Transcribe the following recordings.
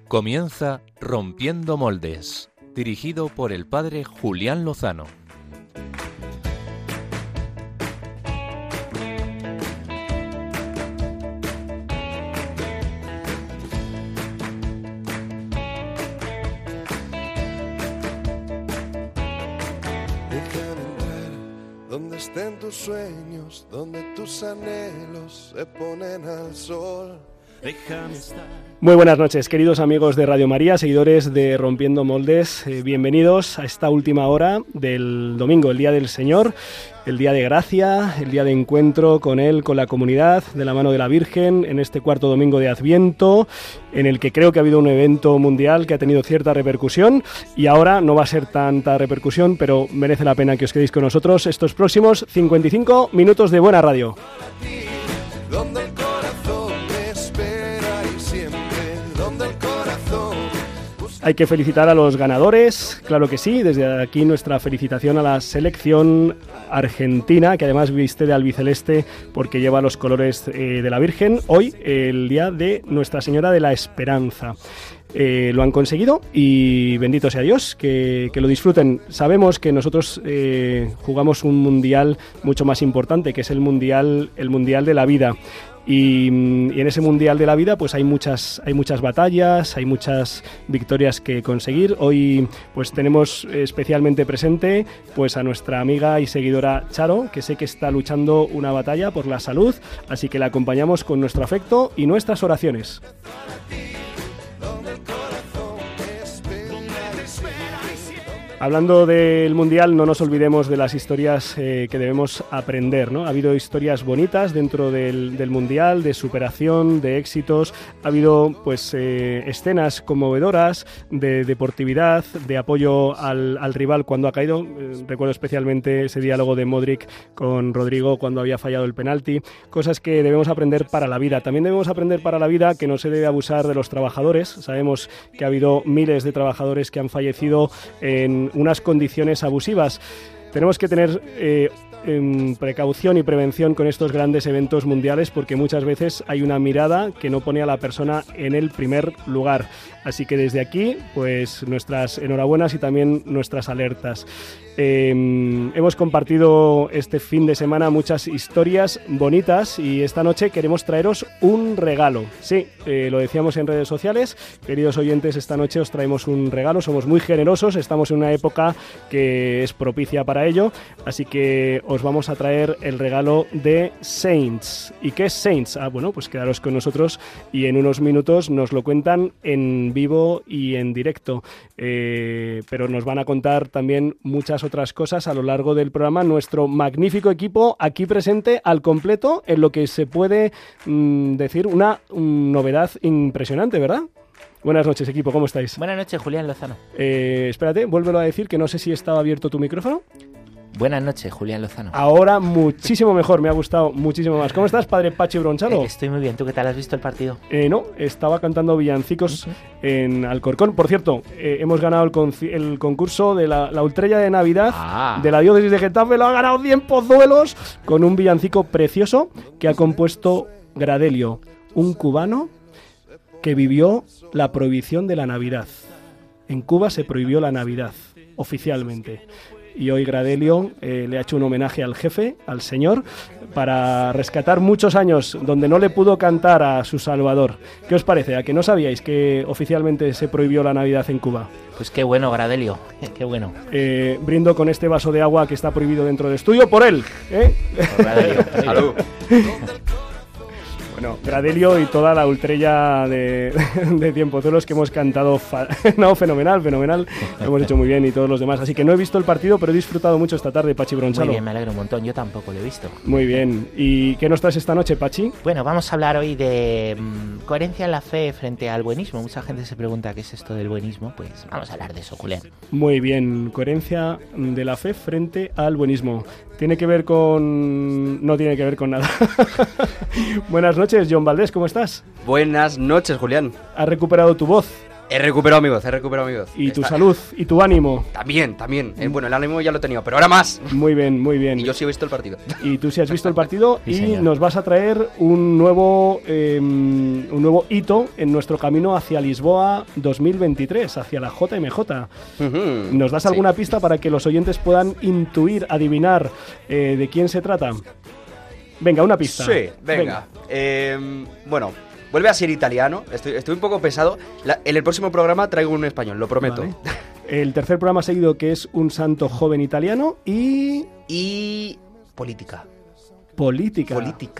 Comienza Rompiendo Moldes, dirigido por el padre Julián Lozano. Donde estén tus sueños, donde tus anhelos se ponen al sol. Muy buenas noches, queridos amigos de Radio María, seguidores de Rompiendo Moldes. Bienvenidos a esta última hora del domingo, el Día del Señor, el día de gracia, el día de encuentro con Él, con la comunidad, de la mano de la Virgen, en este cuarto domingo de Adviento, en el que creo que ha habido un evento mundial que ha tenido cierta repercusión y ahora no va a ser tanta repercusión, pero merece la pena que os quedéis con nosotros estos próximos 55 minutos de buena radio. Hay que felicitar a los ganadores, claro que sí, desde aquí nuestra felicitación a la selección argentina, que además viste de albiceleste porque lleva los colores de la Virgen, hoy el día de Nuestra Señora de la Esperanza. Lo han conseguido y bendito sea Dios, que lo disfruten. Sabemos que nosotros jugamos un mundial mucho más importante, que es el mundial de la vida. Y en ese mundial de la vida pues hay muchas batallas, hay muchas victorias que conseguir. Hoy pues tenemos especialmente presente pues a nuestra amiga y seguidora Charo, que sé que está luchando una batalla por la salud, así que la acompañamos con nuestro afecto y nuestras oraciones. Hablando del Mundial, no nos olvidemos de las historias que debemos aprender, ¿no? Ha habido historias bonitas dentro del Mundial, de superación, de éxitos. Ha habido pues escenas conmovedoras de deportividad, de apoyo al rival cuando ha caído. Recuerdo especialmente ese diálogo de Modric con Rodrigo cuando había fallado el penalti. Cosas que debemos aprender para la vida. También debemos aprender para la vida que no se debe abusar de los trabajadores. Sabemos que ha habido miles de trabajadores que han fallecido en unas condiciones abusivas. Tenemos que tener precaución y prevención con estos grandes eventos mundiales porque muchas veces hay una mirada que no pone a la persona en el primer lugar. Así que desde aquí, pues nuestras enhorabuenas y también nuestras alertas. Hemos compartido este fin de semana muchas historias bonitas y esta noche queremos traeros un regalo. Sí, lo decíamos en redes sociales. Queridos oyentes, esta noche os traemos un regalo. Somos muy generosos, estamos en una época que es propicia para ello. Así que os vamos a traer el regalo de Saints. ¿Y qué es Saints? Bueno, pues quedaros con nosotros y en unos minutos nos lo cuentan en vivo y en directo. Pero nos van a contar también muchas otras cosas a lo largo del programa. Nuestro magnífico equipo aquí presente al completo en lo que se puede decir una novedad impresionante, ¿verdad? Buenas noches, equipo, ¿cómo estáis? Buenas noches, Julián Lozano. Espérate, vuélvelo a decir, que no sé si estaba abierto tu micrófono. Buenas noches, Julián Lozano. Ahora muchísimo mejor, me ha gustado muchísimo más. ¿Cómo estás, padre Pachi Bronchalo? Estoy muy bien. ¿Tú qué tal? ¿Has visto el partido? No, estaba cantando villancicos en Alcorcón. Por cierto, hemos ganado el concurso de la Ultrella de Navidad de la diócesis de Getafe. Lo ha ganado 100 Pozuelos con un villancico precioso que ha compuesto Gradelio, un cubano que vivió la prohibición de la Navidad. En Cuba se prohibió la Navidad, oficialmente. Y hoy Gradelio le ha hecho un homenaje al jefe, al Señor, para rescatar muchos años donde no le pudo cantar a su Salvador. ¿Qué os parece? ¿A que no sabíais que oficialmente se prohibió la Navidad en Cuba? Pues qué bueno, Gradelio, qué bueno. Brindo con este vaso de agua que está prohibido dentro del estudio por él. Por Gradelio. Salud. Bueno, Gradelio y toda la ultrella de Tiempozuelos que hemos cantado, fenomenal, lo hemos hecho muy bien y todos los demás. Así que no he visto el partido, pero he disfrutado mucho esta tarde, Pachi Bronchalo. Muy bien, me alegro un montón, yo tampoco lo he visto. Muy bien, ¿y qué nos traes esta noche, Pachi? Bueno, vamos a hablar hoy de coherencia en la fe frente al buenismo. Mucha gente se pregunta qué es esto del buenismo, pues vamos a hablar de eso, Julián. Muy bien, coherencia de la fe frente al buenismo. ¿Tiene que ver con...? No tiene que ver con nada. Buenas noches, John Valdés, ¿cómo estás? Buenas noches, Julián. ¿Has recuperado tu voz? He recuperado mi voz. Y tu salud, y tu ánimo. También. Bueno, el ánimo ya lo he tenido, pero ahora más. Muy bien. Y yo sí he visto el partido. Y tú sí has visto el partido Sí, y señor. nos vas a traer un nuevo hito en nuestro camino hacia Lisboa 2023, hacia la JMJ. ¿Nos das alguna pista para que los oyentes puedan intuir, adivinar de quién se trata? Venga, una pista. Sí, venga. Bueno, vuelve a ser italiano. Estoy un poco pesado. En el próximo programa traigo un español, lo prometo. Vale. El tercer programa seguido, que es un santo joven italiano y Política. política.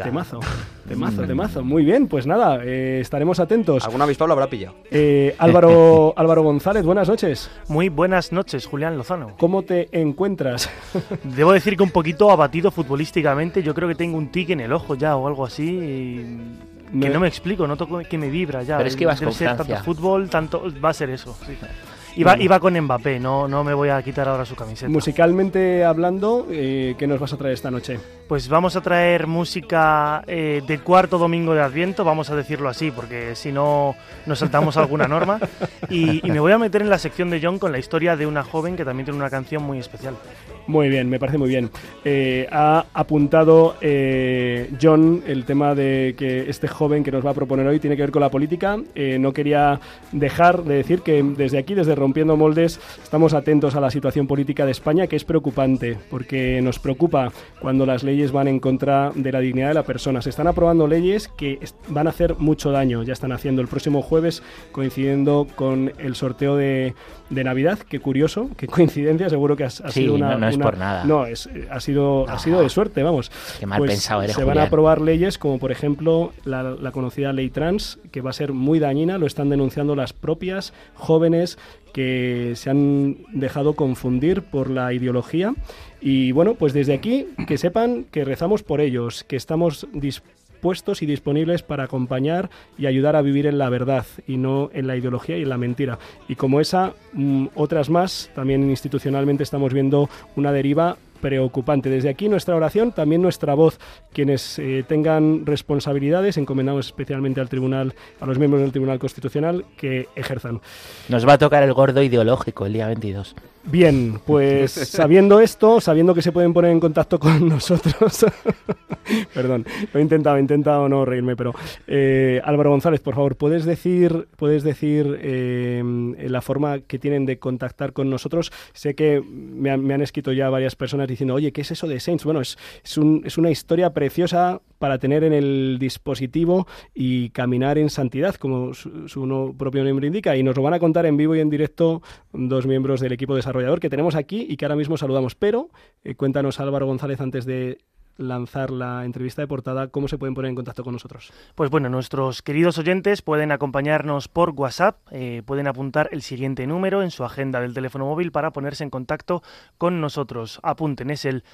Temazo. Muy bien, pues nada, estaremos atentos. Algún avispado lo habrá pillado. Álvaro González, buenas noches. Muy buenas noches, Julián Lozano. ¿Cómo te encuentras? Debo decir que un poquito abatido futbolísticamente. Yo creo que tengo un tic en el ojo ya o algo así. Que no me explico, noto que me vibra ya. Pero es que ibas Debe con ser Francia. tanto fútbol, va a ser eso. Sí. Iba con Mbappé, no me voy a quitar ahora su camiseta. Musicalmente hablando, ¿qué nos vas a traer esta noche? Pues vamos a traer música de cuarto domingo de Adviento, vamos a decirlo así, porque si no nos saltamos alguna norma. Y me voy a meter en la sección de John con la historia de una joven que también tiene una canción muy especial. Muy bien, me parece muy bien. Ha apuntado John el tema de que este joven que nos va a proponer hoy tiene que ver con la política. No quería dejar de decir que desde aquí, desde Rompiendo Moldes, estamos atentos a la situación política de España, que es preocupante, porque nos preocupa cuando las leyes van en contra de la dignidad de la persona. Se están aprobando leyes que van a hacer mucho daño, ya están haciendo el próximo jueves, coincidiendo con el sorteo de Navidad. Qué curioso, qué coincidencia, seguro que ha sido una... No es por nada. No, ha sido de suerte, vamos. Qué mal pensado eres, se van a Julián. aprobar leyes como, por ejemplo, la conocida ley trans, que va a ser muy dañina, lo están denunciando las propias jóvenes que se han dejado confundir por la ideología. Y bueno, pues desde aquí, que sepan que rezamos por ellos, que estamos dispuestos y disponibles para acompañar y ayudar a vivir en la verdad y no en la ideología y en la mentira. Y como esa, otras más, también institucionalmente estamos viendo una deriva preocupante. Desde aquí nuestra oración, también nuestra voz. Quienes tengan responsabilidades, encomendamos especialmente al tribunal, a los miembros del Tribunal Constitucional, que ejerzan. Nos va a tocar el gordo ideológico el día 22. Bien, pues sabiendo esto, sabiendo que se pueden poner en contacto con nosotros, perdón, he intentado no reírme, pero Álvaro González, por favor, ¿puedes decir la forma que tienen de contactar con nosotros? Sé que me han escrito ya varias personas diciendo, oye, ¿qué es eso de Saints? Bueno, es una historia preciosa para tener en el dispositivo y caminar en santidad, como su propio nombre indica, y nos lo van a contar en vivo y en directo dos miembros del equipo desarrollador que tenemos aquí y que ahora mismo saludamos. Pero cuéntanos, Álvaro González, antes de lanzar la entrevista de portada, ¿cómo se pueden poner en contacto con nosotros? Pues bueno, nuestros queridos oyentes pueden acompañarnos por WhatsApp, pueden apuntar el siguiente número en su agenda del teléfono móvil para ponerse en contacto con nosotros. Apunten, es el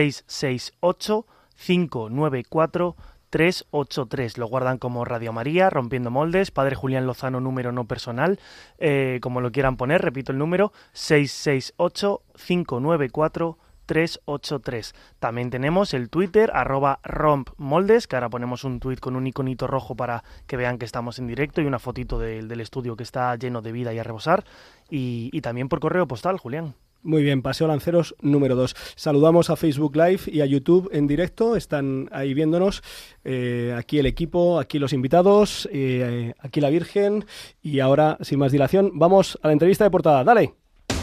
668-594-383. Lo guardan como Radio María, Rompiendo Moldes, Padre Julián Lozano, número no personal, como lo quieran poner, repito el número, 668-594-383. También tenemos el Twitter, @rompmoldes, que ahora ponemos un tuit con un iconito rojo para que vean que estamos en directo y una fotito del estudio que está lleno de vida y a rebosar. Y también por correo postal, Julián. Muy bien, Paseo Lanceros número 2. Saludamos a Facebook Live y a YouTube en directo, están ahí viéndonos, aquí el equipo, aquí los invitados, aquí la Virgen, y ahora, sin más dilación, vamos a la entrevista de portada. ¡Dale!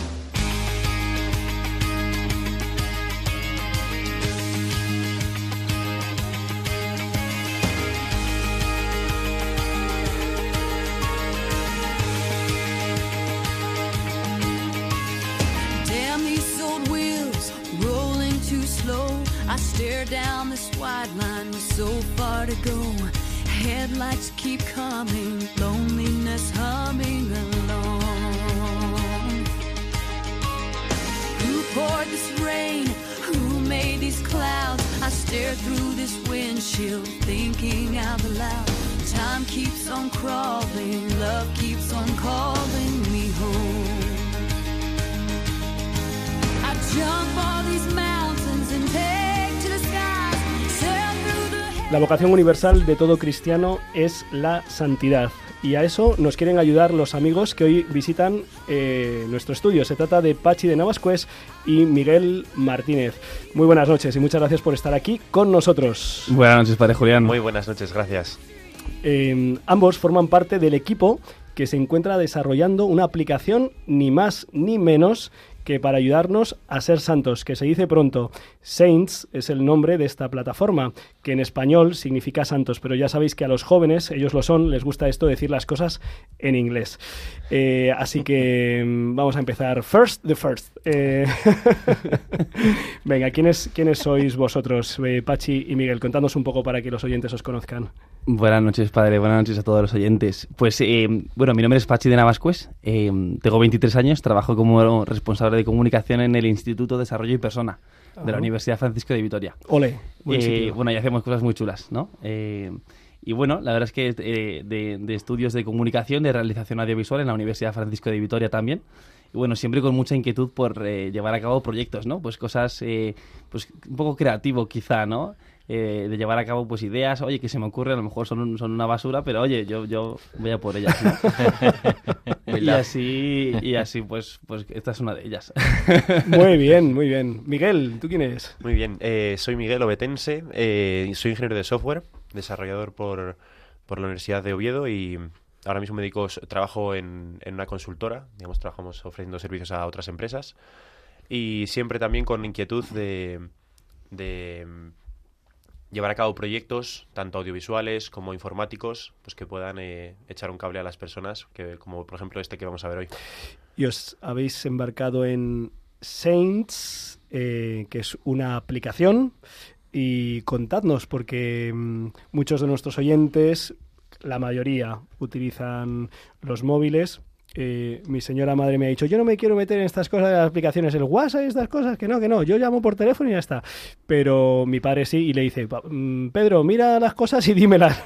Down this wide line with so far to go. Headlights keep coming, loneliness humming along. Who poured this rain? Who made these clouds? I stare through this windshield, thinking out loud. Time keeps on crawling, love keeps on calling me home. I jump all these mountains and La vocación universal de todo cristiano es la santidad. y a eso nos quieren ayudar los amigos que hoy visitan nuestro estudio. Se trata de Patxi de Navascués y Miguel Martínez. Muy buenas noches y muchas gracias por estar aquí con nosotros. Buenas noches, padre Julián. Muy buenas noches, gracias. Ambos forman parte del equipo que se encuentra desarrollando una aplicación ni más ni menos que para ayudarnos a ser santos, que se dice pronto. Saints es el nombre de esta plataforma, que en español significa santos, pero ya sabéis que a los jóvenes, ellos lo son, les gusta esto decir las cosas en inglés. Así que vamos a empezar. First the first. Venga, ¿quiénes sois vosotros, Patxi y Miguel? Contadnos un poco para que los oyentes os conozcan. Buenas noches, padre. Buenas noches a todos los oyentes. Pues, bueno, mi nombre es Patxi de Navascués. Tengo 23 años, trabajo como responsable de comunicación en el Instituto de Desarrollo y Persona de la Universidad Francisco de Vitoria. Ole. Bueno, y hacemos cosas muy chulas, ¿no? Y bueno, la verdad es que de estudios de comunicación, de realización audiovisual en la Universidad Francisco de Vitoria también. Y bueno, siempre con mucha inquietud por llevar a cabo proyectos, ¿no? Pues cosas, pues un poco creativo quizá, ¿no? De llevar a cabo pues ideas, oye, que se me ocurre, a lo mejor son una basura, pero oye, yo voy a por ellas, ¿no? y así pues esta es una de ellas. Muy bien, muy bien. Miguel, ¿tú quién eres? Muy bien, soy Miguel Obetense, soy ingeniero de software, desarrollador por la Universidad de Oviedo y ahora mismo trabajo en una consultora, digamos, trabajamos ofreciendo servicios a otras empresas y siempre también con inquietud de llevar a cabo proyectos, tanto audiovisuales como informáticos, pues que puedan echar un cable a las personas, como por ejemplo este que vamos a ver hoy. Y os habéis embarcado en Saints, que es una aplicación, y contadnos, porque muchos de nuestros oyentes, la mayoría, utilizan los móviles. Mi señora madre me ha dicho, yo no me quiero meter en estas cosas de las aplicaciones, el WhatsApp y estas cosas, que no, yo llamo por teléfono y ya está. Pero mi padre sí, y le dice, Pedro, mira las cosas y dímelas.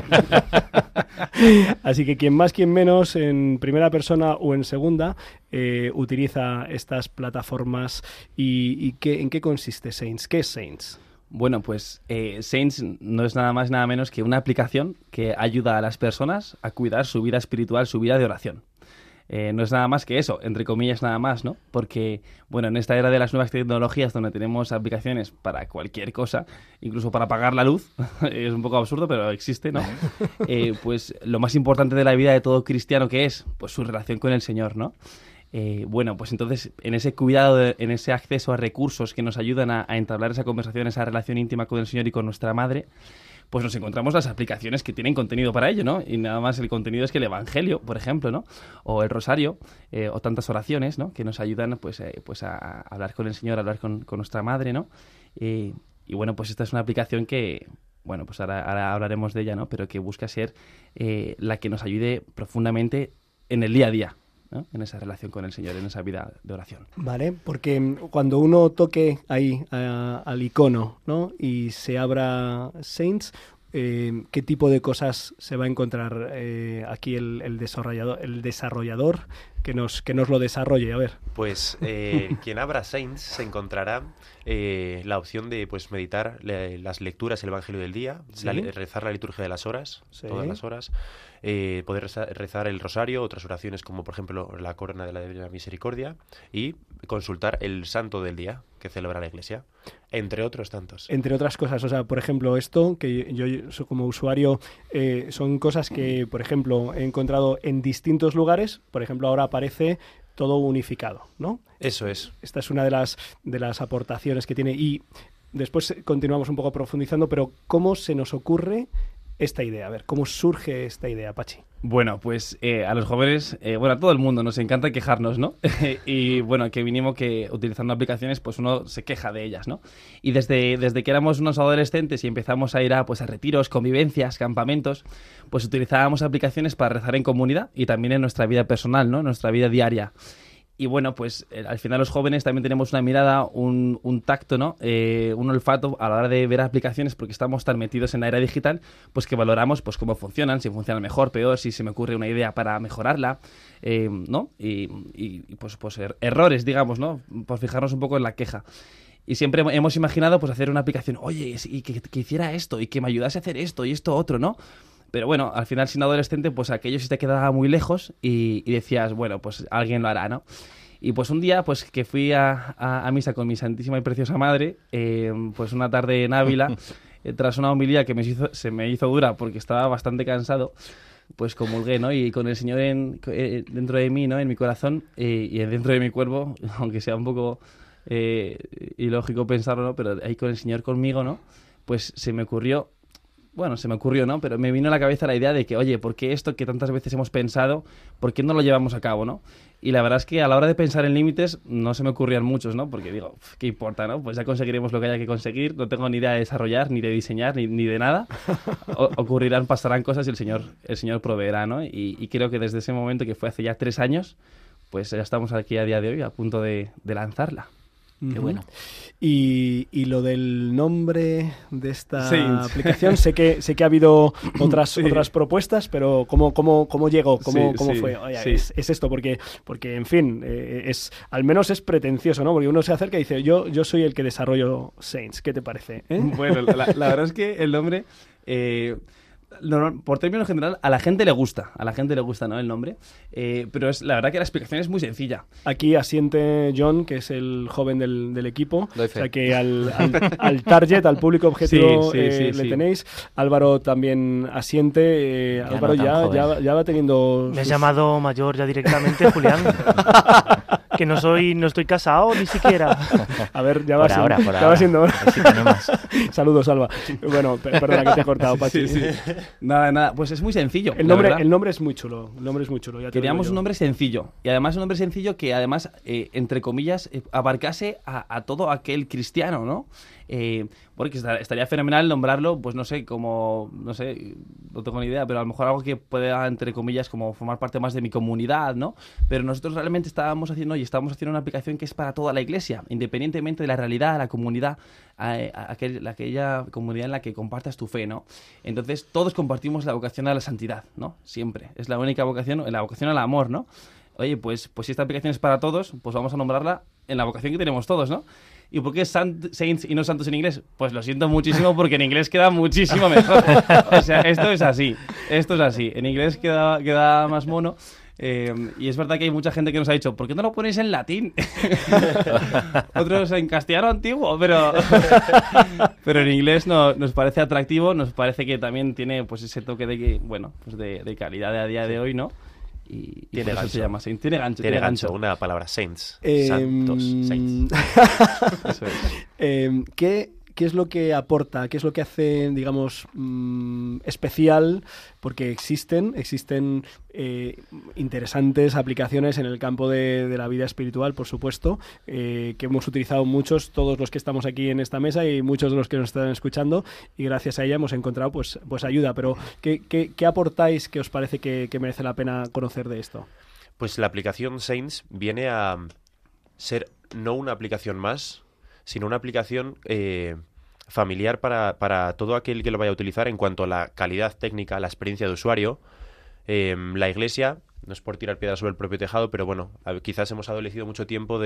Así que quien más, quien menos, en primera persona o en segunda, utiliza estas plataformas. ¿Y en qué consiste Saints? ¿Qué es Saints? Bueno, pues Saints no es nada más nada menos que una aplicación que ayuda a las personas a cuidar su vida espiritual, su vida de oración. No es nada más que eso, entre comillas nada más, ¿no? Porque, bueno, en esta era de las nuevas tecnologías donde tenemos aplicaciones para cualquier cosa, incluso para apagar la luz, es un poco absurdo, pero existe, ¿no? Pues lo más importante de la vida de todo cristiano, ¿qué es? Pues su relación con el Señor, ¿no? Bueno, pues entonces en ese cuidado, en ese acceso a recursos que nos ayudan a entablar esa conversación, esa relación íntima con el Señor y con nuestra madre, pues nos encontramos las aplicaciones que tienen contenido para ello, ¿no? Y nada más el contenido es que el Evangelio, por ejemplo, ¿no? O el Rosario, o tantas oraciones, ¿no? Que nos ayudan pues a hablar con el Señor, a hablar con nuestra madre, ¿no? Y bueno, pues esta es una aplicación que, bueno, pues ahora hablaremos de ella, ¿no? Pero que busca ser la que nos ayude profundamente en el día a día, ¿no? En esa relación con el Señor, en esa vida de oración. Vale, porque cuando uno toque ahí al icono, ¿no? Y se abra Saints, ¿qué tipo de cosas se va a encontrar aquí el desarrollador que nos lo desarrolle? A ver. Pues quien abra Saints se encontrará la opción de pues meditar las lecturas del Evangelio del día, ¿sí? Rezar la liturgia de las horas, ¿sí? Todas las horas, poder rezar el rosario, otras oraciones como por ejemplo la corona de la Divina Misericordia y consultar el santo del día que celebra la Iglesia, entre otros tantos. Entre otras cosas, o sea, por ejemplo, esto que yo como usuario son cosas que, por ejemplo, he encontrado en distintos lugares. Por ejemplo, ahora aparece todo unificado, ¿no? Eso es. Esta es una de las aportaciones que tiene, y después continuamos un poco profundizando, pero ¿cómo se nos ocurre esta idea? A ver, ¿cómo surge esta idea, Patxi? Bueno, pues a los jóvenes, bueno, a todo el mundo nos encanta quejarnos, ¿no? Y bueno, que mínimo que utilizando aplicaciones, pues uno se queja de ellas, ¿no? Y desde que éramos unos adolescentes y empezamos a ir a retiros, convivencias, campamentos, pues utilizábamos aplicaciones para rezar en comunidad y también en nuestra vida personal, ¿no? En nuestra vida diaria. Y bueno, pues al final los jóvenes también tenemos una mirada, un tacto, ¿no? Un olfato a la hora de ver aplicaciones, porque estamos tan metidos en la era digital, pues que valoramos pues cómo funcionan, si funcionan mejor, peor, si se me ocurre una idea para mejorarla, ¿no? Y pues errores, digamos, ¿no? Por fijarnos un poco en la queja. Y siempre hemos imaginado pues hacer una aplicación, oye, y que hiciera esto, y que me ayudase a hacer esto y esto otro, ¿no? Pero bueno, al final siendo adolescente, pues aquello sí te quedaba muy lejos y decías, bueno, pues alguien lo hará, ¿no? Y pues un día, pues que fui a misa con mi santísima y preciosa madre, pues una tarde en Ávila, tras una homilía que se me hizo dura porque estaba bastante cansado, pues comulgué, ¿no? Y con el Señor dentro de mí, ¿no? En mi corazón y dentro de mi cuerpo, aunque sea un poco ilógico pensarlo, ¿no? Pero ahí con el Señor conmigo, ¿no? Pues se me ocurrió, ¿no? Pero me vino a la cabeza la idea de que, oye, ¿por qué esto que tantas veces hemos pensado, por qué no lo llevamos a cabo, ¿no? Y la verdad es que a la hora de pensar en límites no se me ocurrían muchos, ¿no? Porque digo, ¿qué importa, no? Pues ya conseguiremos lo que haya que conseguir, no tengo ni idea de desarrollar, ni de diseñar, ni de nada. Pasarán cosas y el Señor proveerá, ¿no? Y creo que desde ese momento, que fue hace ya 3 años, pues ya estamos aquí a día de hoy a punto de lanzarla. Qué bueno. Y lo del nombre de esta Saints. aplicación, sé que ha habido otras propuestas, pero ¿cómo llegó? ¿Cómo fue? Oye, es esto, porque en fin, al menos es pretencioso, ¿no? Porque uno se acerca y dice, yo soy el que desarrollo Saints, ¿qué te parece? Bueno, la verdad es que el nombre... por término general, a la gente le gusta, ¿no? El nombre, pero la verdad que la explicación es muy sencilla. Aquí asiente John, que es el joven del equipo, Doy o fe. sea que al target, al público objetivo le tenéis. Álvaro también asiente, Ya Álvaro no tan ya va teniendo... Me has llamado mayor ya directamente, Julián. Que no estoy casado ni siquiera. A ver, ya Por va ahora. siendo hora. A ver si tenemos. Saludos, Alba. Bueno, perdona que te he cortado, Pachi. Sí. Nada, pues es muy sencillo. El la verdad. nombre es muy chulo. Ya te lo digo Queríamos yo. un nombre sencillo. Y además un nombre sencillo que además, entre comillas, abarcase a todo aquel cristiano, ¿no? Porque estaría fenomenal nombrarlo, pues no tengo ni idea, pero a lo mejor algo que pueda, entre comillas, como formar parte más de mi comunidad, ¿no? Pero nosotros realmente estamos haciendo una aplicación que es para toda la iglesia, independientemente de la realidad, la comunidad, aquella comunidad en la que compartas tu fe, ¿no? Entonces, todos compartimos la vocación a la santidad, ¿no? Siempre. Es la única vocación, la vocación al amor, ¿no? Oye, pues si esta aplicación es para todos, pues vamos a nombrarla en la vocación que tenemos todos, ¿no? ¿Y por qué Saints y no santos en inglés? Pues lo siento muchísimo porque en inglés queda muchísimo mejor. O sea, esto es así. En inglés queda más mono. Y es verdad que hay mucha gente que nos ha dicho, ¿por qué no lo ponéis en latín? Otros en castellano antiguo, pero en inglés nos parece atractivo, nos parece que también tiene pues ese toque de calidad de a día de hoy, ¿no? Y Tiene por eso gancho. se llama Saints. Tiene gancho. Una palabra, saints. Santos. Saints. Eso es. ¿Qué es lo que aporta? ¿Qué es lo que hace, digamos, especial? Porque existen interesantes aplicaciones en el campo de la vida espiritual, por supuesto, que hemos utilizado todos los que estamos aquí en esta mesa y muchos de los que nos están escuchando, y gracias a ella hemos encontrado pues ayuda. Pero ¿qué aportáis que os parece que merece la pena conocer de esto? Pues la aplicación Saints viene a ser no una aplicación más, sino una aplicación familiar para todo aquel que lo vaya a utilizar en cuanto a la calidad técnica, la experiencia de usuario. La Iglesia, no es por tirar piedras sobre el propio tejado, pero bueno, quizás hemos adolecido mucho tiempo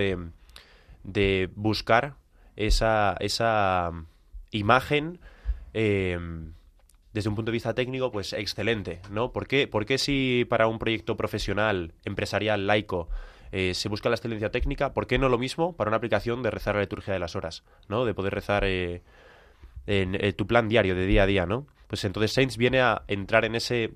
de buscar esa imagen desde un punto de vista técnico, pues excelente, ¿no? ¿Por qué si para un proyecto profesional, empresarial, laico, se busca la excelencia técnica, ¿por qué no lo mismo para una aplicación de rezar la liturgia de las horas, ¿no? De poder rezar en tu plan diario, de día a día, ¿no? Pues entonces Saints viene a entrar en ese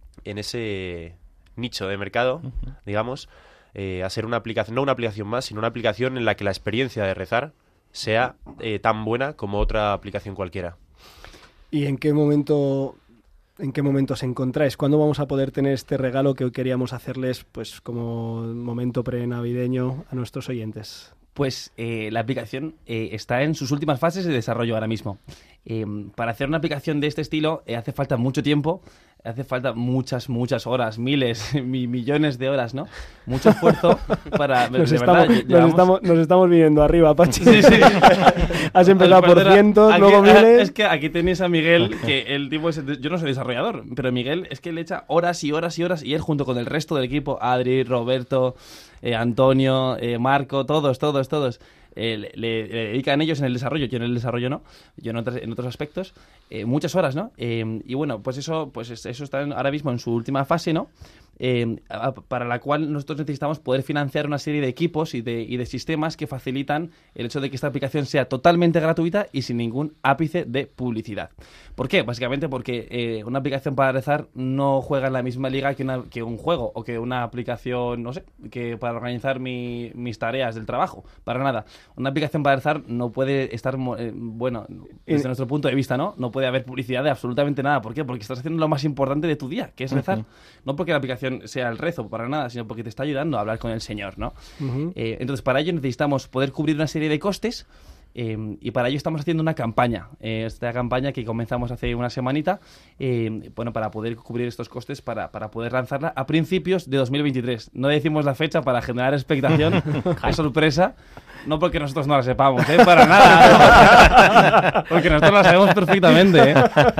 nicho de mercado, digamos, a ser una aplicación, no una aplicación más, sino una aplicación en la que la experiencia de rezar sea tan buena como otra aplicación cualquiera. ¿Y en qué momento os encontráis? ¿Cuándo vamos a poder tener este regalo que hoy queríamos hacerles, pues como momento prenavideño a nuestros oyentes? Pues la aplicación está en sus últimas fases de desarrollo ahora mismo. Para hacer una aplicación de este estilo hace falta mucho tiempo, hace falta muchas horas, miles, millones de horas, ¿no? Mucho esfuerzo para... Nos estamos viniendo arriba, Pachi. Sí. Has empezado por cientos, luego miles... Es que aquí tenéis a Miguel, que el tipo yo no soy desarrollador, pero Miguel es que le echa horas y horas y horas, y él junto con el resto del equipo, Adri, Roberto, Antonio, Marco, todos, le dedican ellos en el desarrollo, yo en el desarrollo no, yo en otros aspectos, muchas horas, ¿no? Y bueno, pues eso está ahora mismo en su última fase, ¿no? Para la cual nosotros necesitamos poder financiar una serie de equipos y de sistemas que facilitan el hecho de que esta aplicación sea totalmente gratuita y sin ningún ápice de publicidad. ¿Por qué? Básicamente porque una aplicación para rezar no juega en la misma liga que un juego o que una aplicación, no sé, que para organizar mis tareas del trabajo, para nada. Una aplicación para rezar no puede estar, bueno, desde nuestro punto de vista, ¿no? No puede haber publicidad de absolutamente nada. ¿Por qué? Porque estás haciendo lo más importante de tu día, que es rezar. No porque la aplicación sea el rezo, para nada, sino porque te está ayudando a hablar con el Señor, ¿no? Entonces, para ello necesitamos poder cubrir una serie de costes y para ello estamos haciendo una campaña. Esta campaña que comenzamos hace una semanita, bueno, para poder cubrir estos costes, para poder lanzarla a principios de 2023. No decimos la fecha para generar expectación, es sorpresa. No porque nosotros no la sepamos, para nada. Porque nosotros la sabemos perfectamente,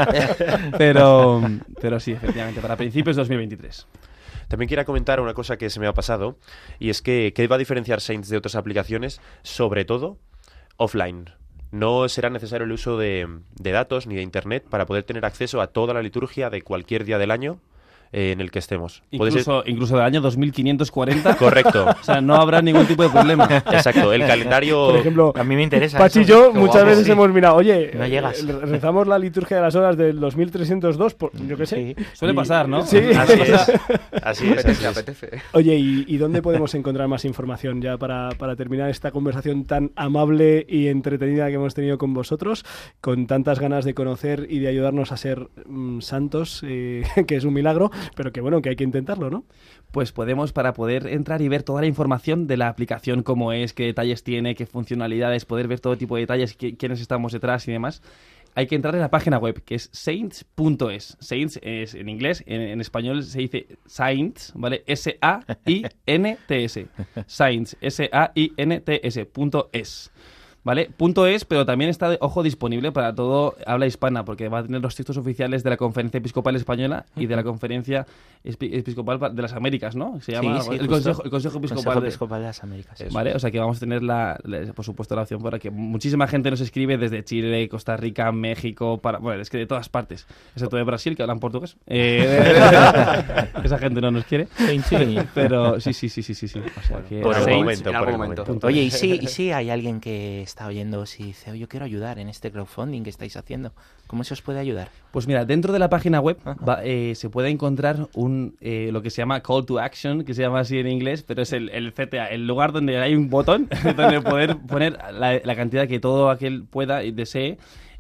Pero sí, efectivamente, para principios de 2023. También quería comentar una cosa que se me ha pasado, y es que ¿qué va a diferenciar Saints de otras aplicaciones? Sobre todo, offline. No será necesario el uso de datos ni de internet para poder tener acceso a toda la liturgia de cualquier día del año en el que estemos. Incluso del año 2540. Correcto. O sea, no habrá ningún tipo de problema. Exacto, el calendario... Por ejemplo, a mí me interesa. Pachi y yo muchas veces hemos mirado, oye, no llegas. Rezamos la liturgia de las horas del 2302, yo qué sé. Sí. Suele pasar, ¿no? Sí. Así es. Apetece. Oye, ¿y dónde podemos encontrar más información ya para terminar esta conversación tan amable y entretenida que hemos tenido con vosotros, con tantas ganas de conocer y de ayudarnos a ser santos, que es un milagro, pero que bueno, que hay que intentarlo, ¿no? Pues para poder entrar y ver toda la información de la aplicación, cómo es, qué detalles tiene, qué funcionalidades, poder ver todo tipo de detalles, quiénes estamos detrás y demás, hay que entrar en la página web, que es saints.es. Saints es en inglés, en español se dice Saints, ¿vale? S-A-I-N-T-S. Saints, S-A-I-N-T-S.es. ¿Vale? .es, pero también está, disponible para todo habla hispana, porque va a tener los textos oficiales de la Conferencia Episcopal Española y de la Conferencia Episcopal de las Américas, ¿no? Se llama el Consejo Episcopal de las Américas. ¿Vale? O sea que vamos a tener, por supuesto, la opción para que muchísima gente nos escribe desde Chile, Costa Rica, México, bueno, es que de todas partes, excepto de Brasil, que hablan portugués. Esa gente no nos quiere. Pero sí. O sea, que por el momento. Oye, ¿y si hay alguien que está oyendo si dice, yo quiero ayudar en este crowdfunding que estáis haciendo? ¿Cómo se os puede ayudar? Pues mira, dentro de la página web se puede encontrar lo que se llama Call to Action, que se llama así en inglés, pero es el CTA, el lugar donde hay un botón donde poder poner la cantidad que todo aquel pueda y desee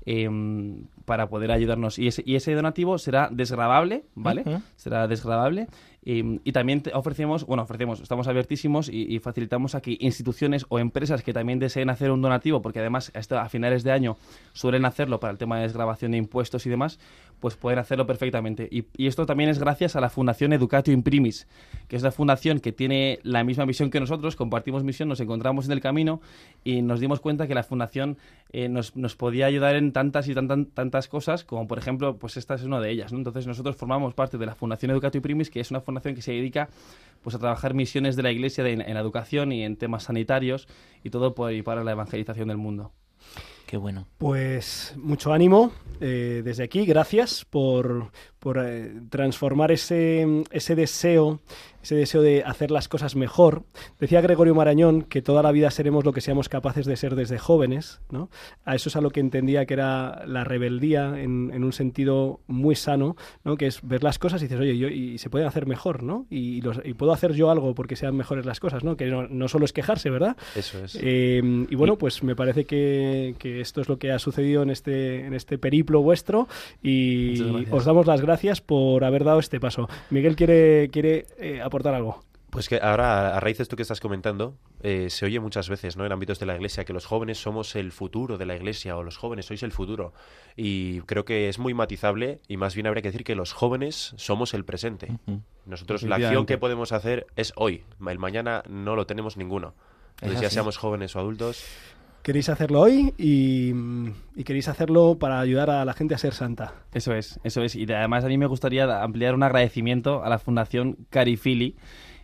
para poder ayudarnos. Y ese donativo será desgravable, ¿vale? Será desgravable. Y también estamos abiertísimos y facilitamos aquí instituciones o empresas que también deseen hacer un donativo, porque además a finales de año suelen hacerlo para el tema de desgravación de impuestos y demás, pues pueden hacerlo perfectamente. Y esto también es gracias a la Fundación Educatio Imprimis, que es la fundación que tiene la misma misión que nosotros, compartimos misión, nos encontramos en el camino y nos dimos cuenta que la fundación nos podía ayudar en tantas y tantas cosas, como por ejemplo, pues esta es una de ellas, ¿no? Entonces nosotros formamos parte de la Fundación Educatio Imprimis, que es una fundación que se dedica pues a trabajar misiones de la Iglesia en la educación y en temas sanitarios y todo para la evangelización del mundo. Qué bueno. Pues mucho ánimo desde aquí, gracias por transformar ese deseo de hacer las cosas mejor. Decía Gregorio Marañón que toda la vida seremos lo que seamos capaces de ser desde jóvenes, ¿no? A eso es a lo que entendía que era la rebeldía en un sentido muy sano, ¿no? Que es ver las cosas y dices, oye, y se pueden hacer mejor, ¿no? Y puedo hacer yo algo porque sean mejores las cosas, ¿no? Que no solo es quejarse, ¿verdad? Eso es. Y bueno, pues me parece que esto es lo que ha sucedido en este periplo vuestro y os damos las gracias por haber dado este paso. Miguel quiere aportar algo. Pues que ahora, a raíz de esto que estás comentando, se oye muchas veces, ¿no?, en ámbitos de la Iglesia, que los jóvenes somos el futuro de la Iglesia, o los jóvenes sois el futuro. Y creo que es muy matizable, y más bien habría que decir que los jóvenes somos el presente. Nosotros, la acción que podemos hacer es hoy. El mañana no lo tenemos ninguno. Entonces, ya seamos jóvenes o adultos... Queréis hacerlo hoy y queréis hacerlo para ayudar a la gente a ser santa. Eso es. Y además a mí me gustaría ampliar un agradecimiento a la Fundación Carifili,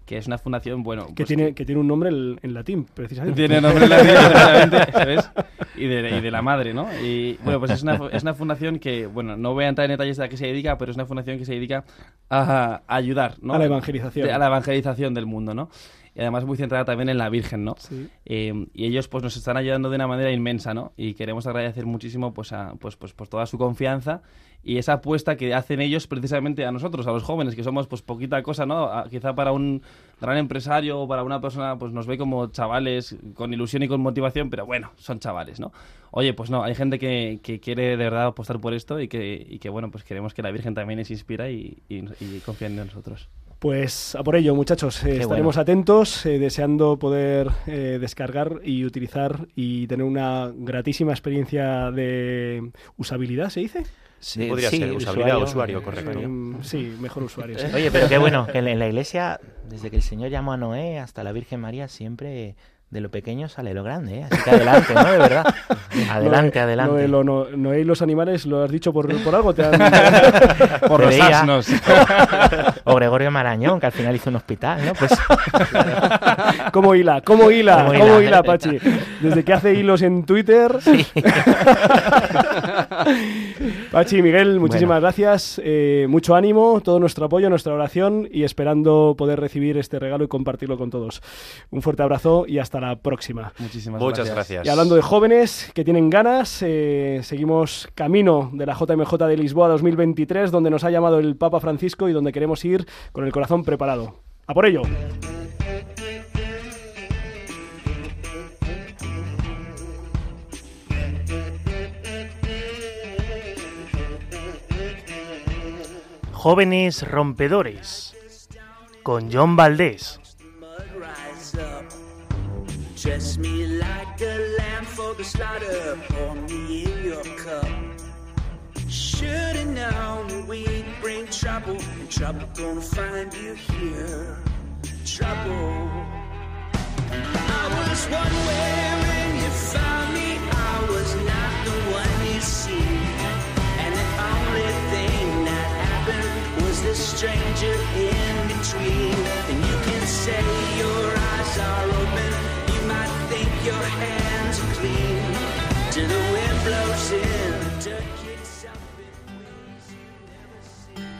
que es una fundación, bueno... Que tiene un nombre en latín, precisamente. Tiene nombre en latín, precisamente, ¿sabes? Y de la madre, ¿no? Y bueno, pues es una fundación que, bueno, no voy a entrar en detalles de a qué se dedica, pero es una fundación que se dedica a ayudar, ¿no? A la evangelización. A la evangelización del mundo, ¿no? Y además muy centrada también en la Virgen, ¿no? Sí. Y ellos pues nos están ayudando de una manera inmensa, ¿no? Y queremos agradecer muchísimo pues por toda su confianza y esa apuesta que hacen ellos precisamente a nosotros, a los jóvenes, que somos pues poquita cosa, ¿no? Quizá para un gran empresario o para una persona pues nos ve como chavales con ilusión y con motivación, pero bueno, son chavales, ¿no? Oye, pues no, hay gente que quiere de verdad apostar por esto y que bueno, pues queremos que la Virgen también les inspira y confíen en nosotros. Pues a por ello, muchachos, estaremos atentos, deseando poder descargar y utilizar y tener una gratísima experiencia de usabilidad, ¿se dice? Sí, podría ser usabilidad, usuario, correcto. Sí, mejor usuario. Sí. Oye, pero qué bueno, que en la iglesia, desde que el Señor llamó a Noé hasta la Virgen María, siempre de lo pequeño sale lo grande, ¿eh? Así que adelante, ¿no? De verdad. Adelante, adelante. Noé y los animales, ¿lo has dicho por algo? Por los asnos. O Gregorio Marañón, que al final hizo un hospital, ¿no? Pues... ¿Cómo hila, Pachi? Desde que hace hilos en Twitter. Sí. Pachi, Miguel, muchísimas gracias. Mucho ánimo, todo nuestro apoyo, nuestra oración y esperando poder recibir este regalo y compartirlo con todos. Un fuerte abrazo y hasta la próxima. Muchas gracias. Y hablando de jóvenes que tienen ganas, seguimos camino de la JMJ de Lisboa 2023, donde nos ha llamado el Papa Francisco y donde queremos ir con el corazón preparado. ¡A por ello! Jóvenes rompedores con John Valdés. Dress me like a lamb for the slaughter, pour me in your cup. Should've known we'd bring trouble, and trouble gonna find you here. Trouble. I was one way when you found me, I was not the one you see. And the only thing that happened was the stranger in between. And you can say your eyes are open, your hands are clean till the wind blows in the dirt kicks up in ways you never seen.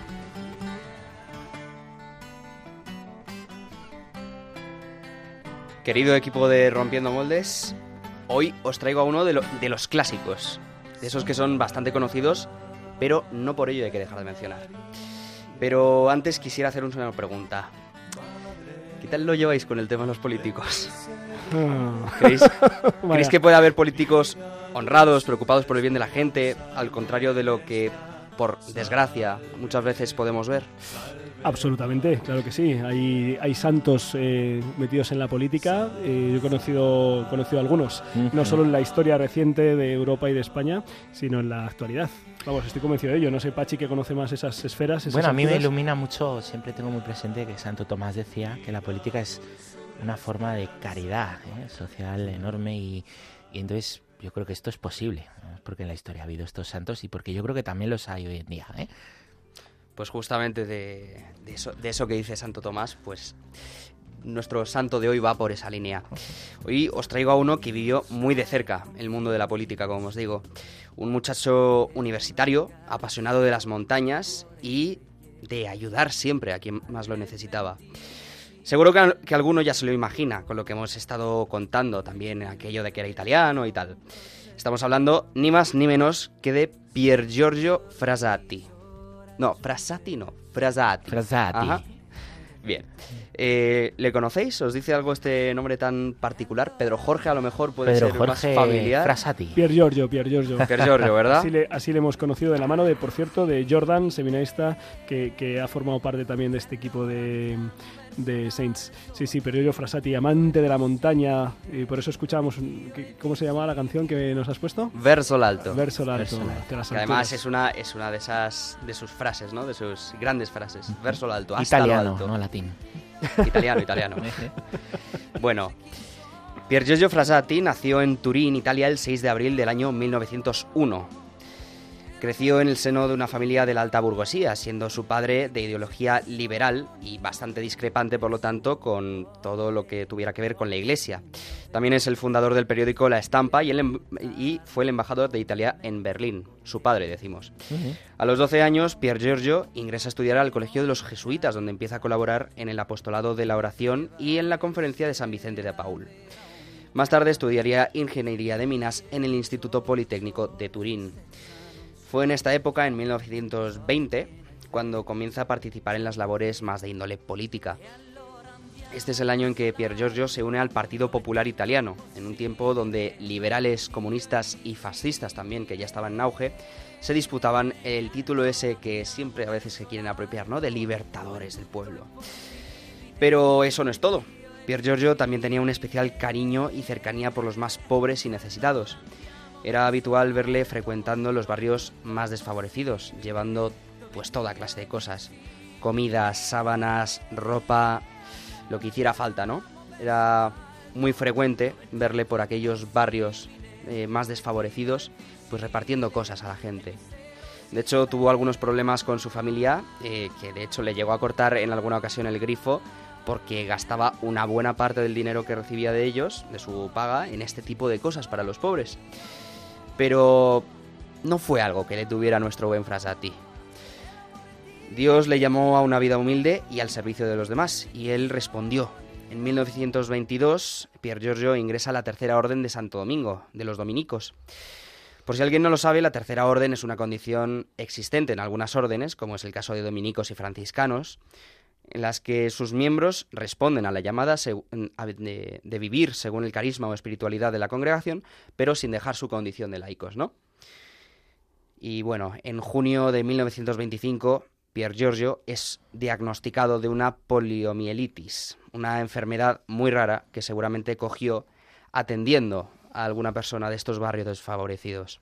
Querido equipo de Rompiendo Moldes, hoy os traigo a uno de los clásicos, de esos que son bastante conocidos, pero no por ello hay que dejar de mencionar. Pero antes quisiera haceros una pregunta. ¿Qué tal lo lleváis con el tema de los políticos? ¿Creéis que puede haber políticos honrados, preocupados por el bien de la gente, al contrario de lo que, por desgracia, muchas veces podemos ver? Absolutamente, claro que sí. Hay santos metidos en la política. Yo he conocido algunos, no solo en la historia reciente de Europa y de España, sino en la actualidad. Vamos, estoy convencido de ello. No sé, Pachi, que conoce más esas esferas. Bueno, a mí me ilumina mucho, siempre tengo muy presente que Santo Tomás decía que la política es una forma de caridad social enorme y entonces yo creo que esto es posible, ¿no? Porque en la historia ha habido estos santos y porque yo creo que también los hay hoy en día, ¿eh? Pues justamente de eso que dice Santo Tomás, pues nuestro santo de hoy va por esa línea. Hoy os traigo a uno que vivió muy de cerca el mundo de la política, como os digo. Un muchacho universitario, apasionado de las montañas y de ayudar siempre a quien más lo necesitaba. Seguro que alguno ya se lo imagina con lo que hemos estado contando, también aquello de que era italiano y tal. Estamos hablando ni más ni menos que de Pier Giorgio Frassati. No, Frassati no, Frassati. Ajá. Bien. ¿Le conocéis? ¿Os dice algo este nombre tan particular? Pedro Jorge a lo mejor puede Pedro ser Jorge más familiar. Frassati. Pier Giorgio. Pier Giorgio, ¿verdad? Así le hemos conocido de la mano de, por cierto, de Jordan, seminarista, que ha formado parte también de este equipo de Saints. Sí, Pier Giorgio Frassati, amante de la montaña, y por eso escuchábamos, ¿cómo se llamaba la canción que nos has puesto? Verso l'alto. Verso l'alto. Que además es una de sus frases, ¿no? De sus grandes frases. Verso l'alto, hasta italiano, lo alto. No latín. Italiano. Bueno, Pier Giorgio Frassati nació en Turín, Italia, el 6 de abril del año 1901. Creció en el seno de una familia de la alta burguesía, siendo su padre de ideología liberal y bastante discrepante, por lo tanto, con todo lo que tuviera que ver con la Iglesia. También es el fundador del periódico La Estampa y fue el embajador de Italia en Berlín, su padre, decimos. A los 12 años, Pier Giorgio ingresa a estudiar al Colegio de los Jesuitas, donde empieza a colaborar en el apostolado de la oración y en la Conferencia de San Vicente de Paúl. Más tarde estudiaría Ingeniería de Minas en el Instituto Politécnico de Turín. Fue en esta época, en 1920, cuando comienza a participar en las labores más de índole política. Este es el año en que Pier Giorgio se une al Partido Popular Italiano, en un tiempo donde liberales, comunistas y fascistas también, que ya estaban en auge, se disputaban el título ese que siempre a veces se quieren apropiar, ¿no?, de libertadores del pueblo. Pero eso no es todo. Pier Giorgio también tenía un especial cariño y cercanía por los más pobres y necesitados. Era habitual verle frecuentando los barrios más desfavorecidos, llevando pues toda clase de cosas. Comidas, sábanas, ropa, lo que hiciera falta, ¿no? Era muy frecuente verle por aquellos barrios más desfavorecidos, pues repartiendo cosas a la gente. De hecho, tuvo algunos problemas con su familia, que de hecho le llegó a cortar en alguna ocasión el grifo, porque gastaba una buena parte del dinero que recibía de ellos, de su paga, en este tipo de cosas para los pobres. Pero no fue algo que le tuviera nuestro buen Frassati. Dios le llamó a una vida humilde y al servicio de los demás, y él respondió. En 1922, Pier Giorgio ingresa a la Tercera Orden de Santo Domingo, de los dominicos. Por si alguien no lo sabe, la Tercera Orden es una condición existente en algunas órdenes, como es el caso de dominicos y franciscanos, en las que sus miembros responden a la llamada de vivir según el carisma o espiritualidad de la congregación, pero sin dejar su condición de laicos, ¿no? Y bueno, en junio de 1925, Pier Giorgio es diagnosticado de una poliomielitis, una enfermedad muy rara que seguramente cogió atendiendo a alguna persona de estos barrios desfavorecidos.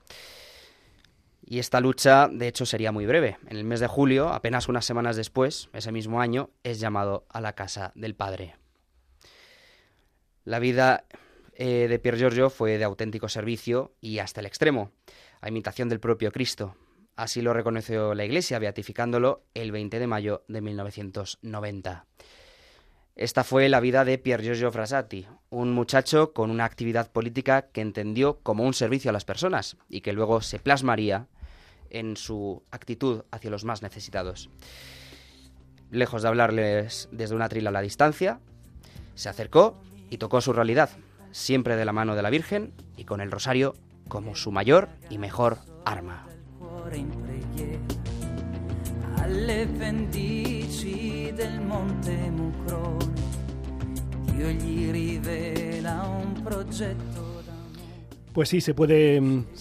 Y esta lucha, de hecho, sería muy breve. En el mes de julio, apenas unas semanas después, ese mismo año, es llamado a la casa del padre. La vida de Pier Giorgio fue de auténtico servicio y hasta el extremo, a imitación del propio Cristo. Así lo reconoció la Iglesia, beatificándolo el 20 de mayo de 1990. Esta fue la vida de Pier Giorgio Frassati, un muchacho con una actividad política que entendió como un servicio a las personas y que luego se plasmaría en su actitud hacia los más necesitados. Lejos de hablarles desde un atril a la distancia, se acercó y tocó su realidad, siempre de la mano de la Virgen y con el rosario como su mayor y mejor arma. Alle pendici del Monte Mucrone, Dio gli rivela un progetto d'amore. Pues sí, se puede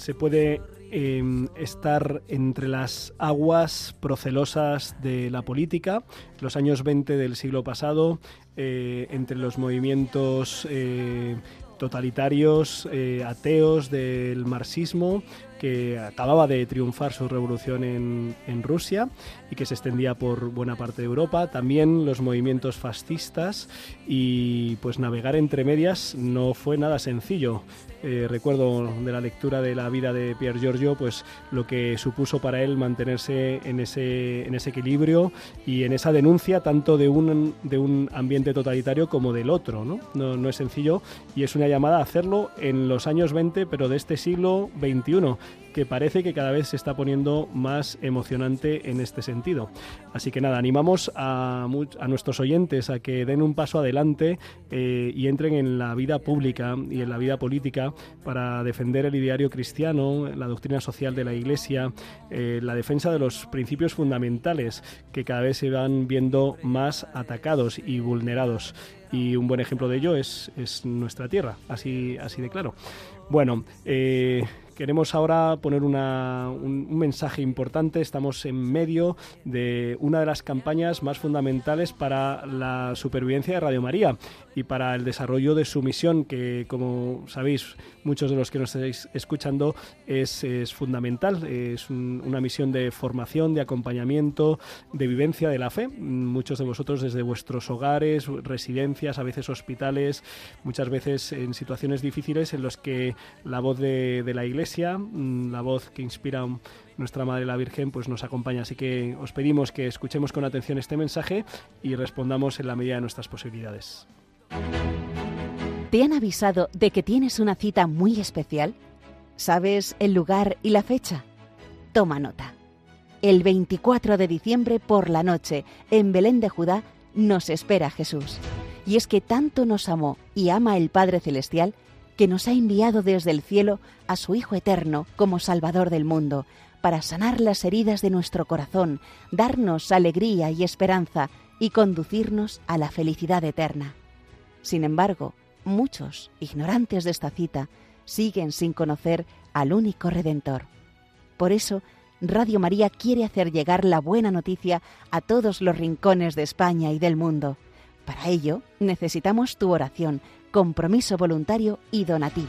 estar entre las aguas procelosas de la política, los años 20 del siglo pasado, entre los movimientos totalitarios, ateos del marxismo, que acababa de triunfar su revolución en Rusia y que se extendía por buena parte de Europa, también los movimientos fascistas, y pues navegar entre medias no fue nada sencillo. Recuerdo de la lectura de la vida de Pier Giorgio, pues lo que supuso para él mantenerse en ese equilibrio y en esa denuncia tanto de un ambiente totalitario como del otro, ¿no? No es sencillo, y es una llamada a hacerlo en los años 20, pero de este siglo XXI, que parece que cada vez se está poniendo más emocionante en este sentido. Así que nada, animamos a nuestros oyentes a que den un paso adelante y entren en la vida pública y en la vida política para defender el ideario cristiano, la doctrina social de la Iglesia, la defensa de los principios fundamentales que cada vez se van viendo más atacados y vulnerados. Y un buen ejemplo de ello es nuestra tierra, así de claro. Bueno, queremos ahora poner un mensaje importante. Estamos en medio de una de las campañas más fundamentales para la supervivencia de Radio María y para el desarrollo de su misión, que, como sabéis, muchos de los que nos estáis escuchando, es fundamental. Es una misión de formación, de acompañamiento, de vivencia de la fe. Muchos de vosotros desde vuestros hogares, residencias, a veces hospitales, muchas veces en situaciones difíciles en los que la voz de la Iglesia Iglesia, la voz que inspira nuestra Madre la Virgen, pues nos acompaña. Así que os pedimos que escuchemos con atención este mensaje y respondamos en la medida de nuestras posibilidades. ¿Te han avisado de que tienes una cita muy especial? ¿Sabes el lugar y la fecha? Toma nota. El 24 de diciembre por la noche, en Belén de Judá, nos espera Jesús. Y es que tanto nos amó y ama el Padre Celestial que nos ha enviado desde el cielo a su Hijo eterno como Salvador del mundo, para sanar las heridas de nuestro corazón, darnos alegría y esperanza y conducirnos a la felicidad eterna. Sin embargo, muchos, ignorantes de esta cita, siguen sin conocer al único Redentor. Por eso, Radio María quiere hacer llegar la buena noticia a todos los rincones de España y del mundo. Para ello, necesitamos tu oración, compromiso voluntario y donativo.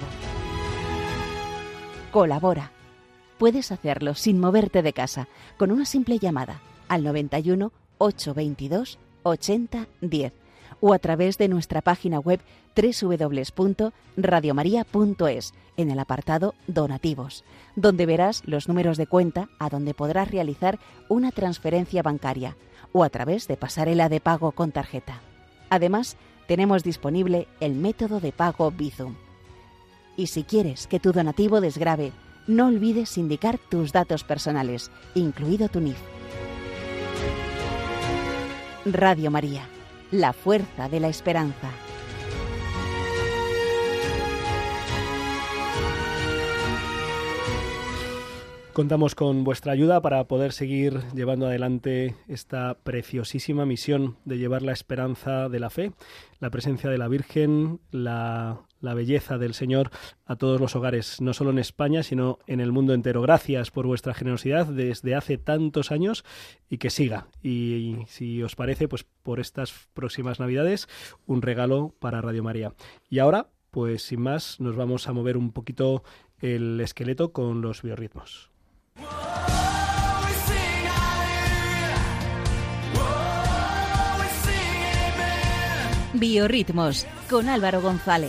Colabora. Puedes hacerlo sin moverte de casa, con una simple llamada al 91 822 80 10 o a través de nuestra página web www.radiomaria.es en el apartado Donativos, donde verás los números de cuenta a donde podrás realizar una transferencia bancaria o a través de pasarela de pago con tarjeta. Además, tenemos disponible el método de pago Bizum. Y si quieres que tu donativo desgrave, no olvides indicar tus datos personales, incluido tu NIF. Radio María, la fuerza de la esperanza. Contamos con vuestra ayuda para poder seguir llevando adelante esta preciosísima misión de llevar la esperanza de la fe, la presencia de la Virgen, la belleza del Señor a todos los hogares, no solo en España, sino en el mundo entero. Gracias por vuestra generosidad desde hace tantos años y que siga. Y si os parece, pues por estas próximas Navidades, un regalo para Radio María. Y ahora, pues sin más, nos vamos a mover un poquito el esqueleto con los biorritmos. Biorritmos con Álvaro González.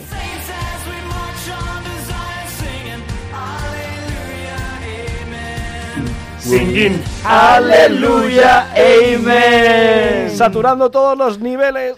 Singing Aleluya, Amen. Saturando todos los niveles.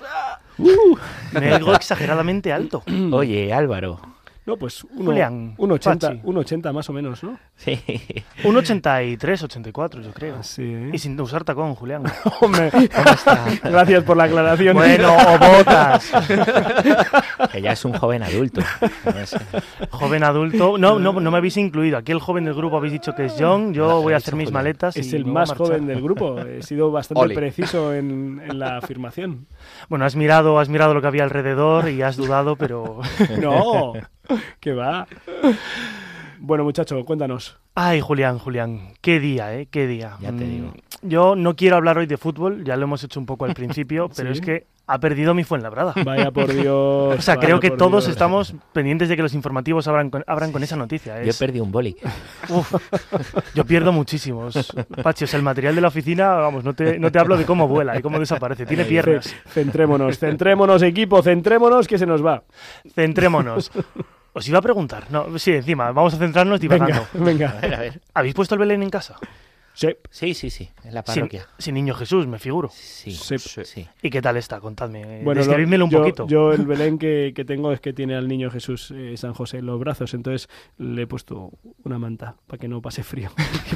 Me oigo exageradamente alto. Oye, Álvaro. No, pues Julián, un 80 más o menos, ¿no? Sí. Un 83, 84, yo creo. Sí. Y sin usar tacón, Julián. Hombre, gracias por la aclaración. Bueno, o botas. Que ya es un joven adulto. Joven adulto. No me habéis incluido. Aquí el joven del grupo habéis dicho que es John. Yo voy a hacer mis maletas. Es y el me voy más a marchar. joven del grupo. He sido bastante preciso en la afirmación. Bueno, has mirado lo que había alrededor y has dudado, pero... No, que va. Bueno, muchacho, cuéntanos. Ay, Julián, qué día, qué día. Ya te digo. Yo no quiero hablar hoy de fútbol, ya lo hemos hecho un poco al principio, pero ¿Sí? Es que ha perdido mi Fuenlabrada. Vaya por Dios. O sea, vaya creo que por todos Dios. estamos pendientes de que los informativos abran con esa noticia. Yo perdí un boli. Uf, yo pierdo muchísimos. Pachi, o sea, el material de la oficina, vamos, no te hablo de cómo vuela y cómo desaparece. Tiene piernas. Centrémonos, equipo, centrémonos, que se nos va. Centrémonos. Os iba a preguntar. No, sí, encima, vamos a centrarnos divagando. Venga. A ver. ¿Habéis puesto el Belén en casa? Sí. Sí, en la parroquia. Sin Niño Jesús, me figuro. Sí. ¿Y qué tal está? Contadme. Bueno, describídmelo un poquito. Yo el Belén que tengo es que tiene al Niño Jesús San José en los brazos, entonces le he puesto una manta para que no pase frío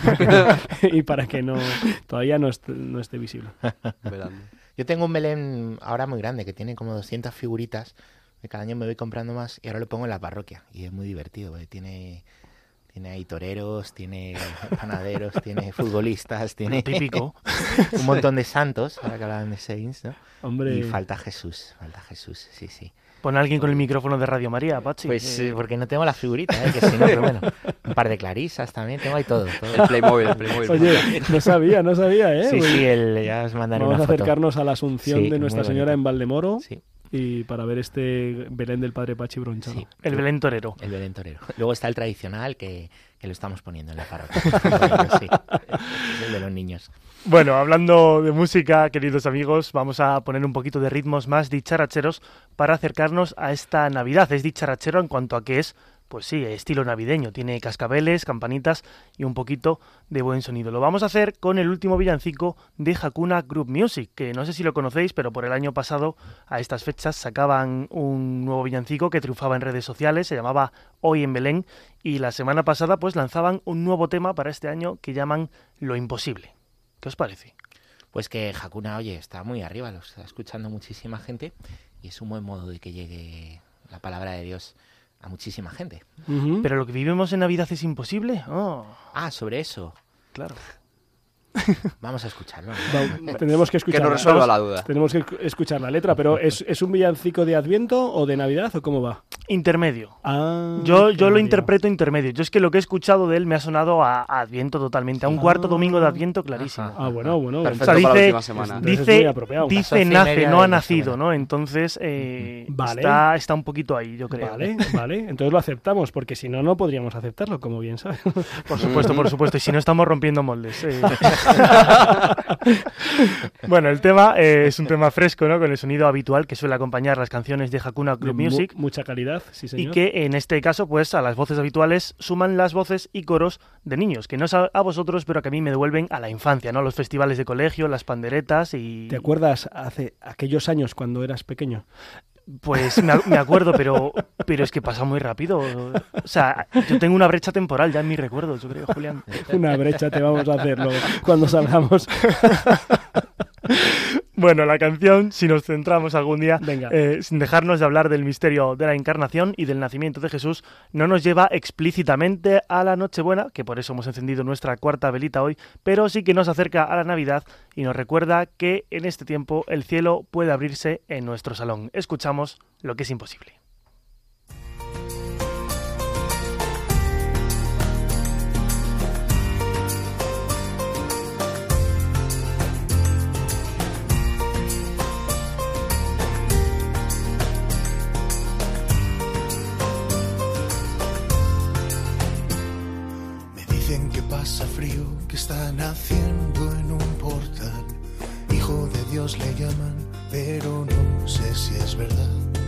y para que no todavía no esté visible. Yo tengo un Belén ahora muy grande que tiene como 200 figuritas. Cada año me voy comprando más y ahora lo pongo en la parroquia y es muy divertido porque tiene ahí toreros, tiene panaderos, tiene futbolistas, tiene típico un montón de santos, ahora que hablaban de Saints, ¿no? Hombre. Y falta Jesús, sí. Pon a alguien con el micrófono de Radio María, Pachi. Pues porque no tengo la figurita, que si no, pero bueno, un par de clarisas también, tengo ahí todo. El Playmobil. Oye, no sabía, ¿eh? Sí, ya os mandaré Vamos una a foto. acercarnos a la Asunción de Nuestra Señora en Valdemoro. Sí. Y para ver este Belén del Padre Pachi Bronchado. Sí. El Belén torero. El Belén torero. Luego está el tradicional que lo estamos poniendo en la parroquia. Sí. Es el de los niños. Bueno, hablando de música, queridos amigos, vamos a poner un poquito de ritmos más dicharacheros para acercarnos a esta Navidad. Es dicharachero en cuanto a que es Pues sí, estilo navideño, tiene cascabeles, campanitas y un poquito de buen sonido. Lo vamos a hacer con el último villancico de Hakuna Group Music, que no sé si lo conocéis, pero por el año pasado a estas fechas sacaban un nuevo villancico que triunfaba en redes sociales, se llamaba Hoy en Belén, y la semana pasada pues lanzaban un nuevo tema para este año que llaman Lo Imposible. ¿Qué os parece? Pues que Hakuna, oye, está muy arriba, lo está escuchando muchísima gente y es un buen modo de que llegue la palabra de Dios a muchísima gente. Pero lo que vivimos en Navidad es imposible. Oh. Ah, sobre eso. Claro. Vamos a escucharlo. Tendremos que escuchar. Que nos resuelva la duda. Tenemos que escuchar la letra, pero ¿es un villancico de Adviento o de Navidad o cómo va? Intermedio. Ah, yo lo interpreto intermedio. Yo es que lo que he escuchado de él me ha sonado a Adviento totalmente, a un cuarto domingo de Adviento clarísimo. Ah, bueno. Perfecto, o sea, para la última semana. Dice nace, no ha nacido, ¿no? Entonces Vale. está un poquito ahí, yo creo. Vale. Entonces lo aceptamos, porque si no, no podríamos aceptarlo, como bien sabes. Por supuesto. Y si no, estamos rompiendo moldes. Bueno, el tema es un tema fresco, ¿no? Con el sonido habitual que suele acompañar las canciones de Hakuna Club Music. Mucha calidad, sí señor. Y que en este caso, pues a las voces habituales suman las voces y coros de niños, que no es a vosotros, pero que a mí me devuelven a la infancia, ¿no? Los festivales de colegio, las panderetas y... ¿Te acuerdas hace aquellos años cuando eras pequeño? Pues me acuerdo, pero es que pasa muy rápido. O sea, yo tengo una brecha temporal ya en mis recuerdos, yo creo, Julián. Una brecha te vamos a hacer luego, cuando salgamos. Bueno, la canción, si nos centramos algún día, Venga. Sin dejarnos de hablar del misterio de la encarnación y del nacimiento de Jesús, no nos lleva explícitamente a la Nochebuena, que por eso hemos encendido nuestra cuarta velita hoy, pero sí que nos acerca a la Navidad y nos recuerda que en este tiempo el cielo puede abrirse en nuestro salón. Escuchamos Lo que es imposible. Pasa frío, que está naciendo en un portal. Hijo de Dios le llaman, pero no sé si es verdad.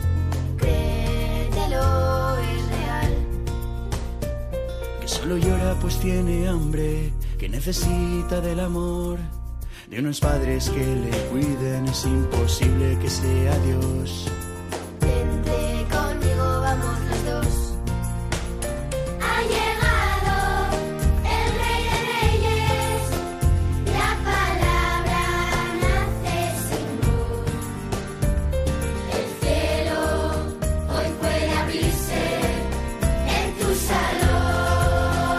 Créetelo, es real. Que solo llora pues tiene hambre, que necesita del amor de unos padres que le cuiden. Es imposible que sea Dios. Vente conmigo, vamos los dos. Ha llegado el Rey de Reyes, la palabra nace sin luz. El cielo hoy puede abrirse en tu salón.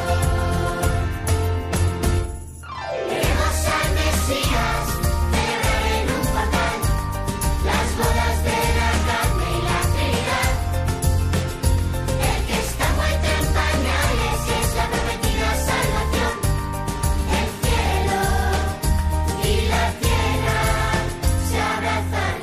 Vemos al Mesías celebrar en un portal las bodas de la carne y la Trinidad. El que está envuelto en pañales y es la prometida salvación. El cielo y la tierra se abrazan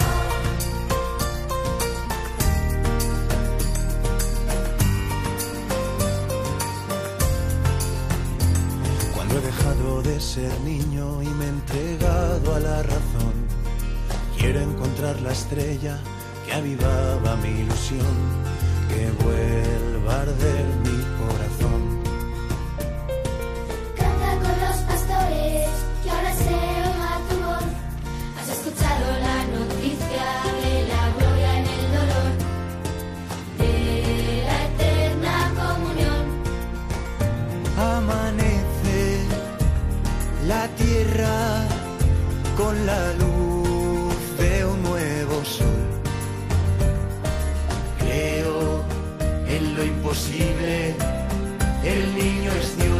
Cuando he dejado de ser niño y me he entregado a la razón, quiero encontrar la estrella que avivaba mi ilusión, que vuelva a arder mi corazón. Canta con los pastores, que ahora se oiga tu voz. Has escuchado la noticia de la gloria en el dolor, de la eterna comunión. Amanece la tierra con la luz de un nuevo sol. Creo en lo imposible, el niño es Dios.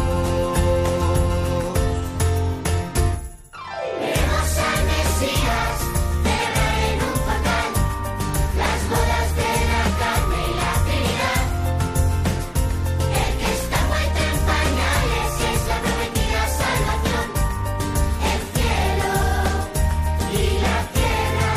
Vemos al Mesías celebrar en un portal las bodas de la carne y la Trinidad. El que está envuelto en pañales y es la prometida salvación. El cielo y la tierra.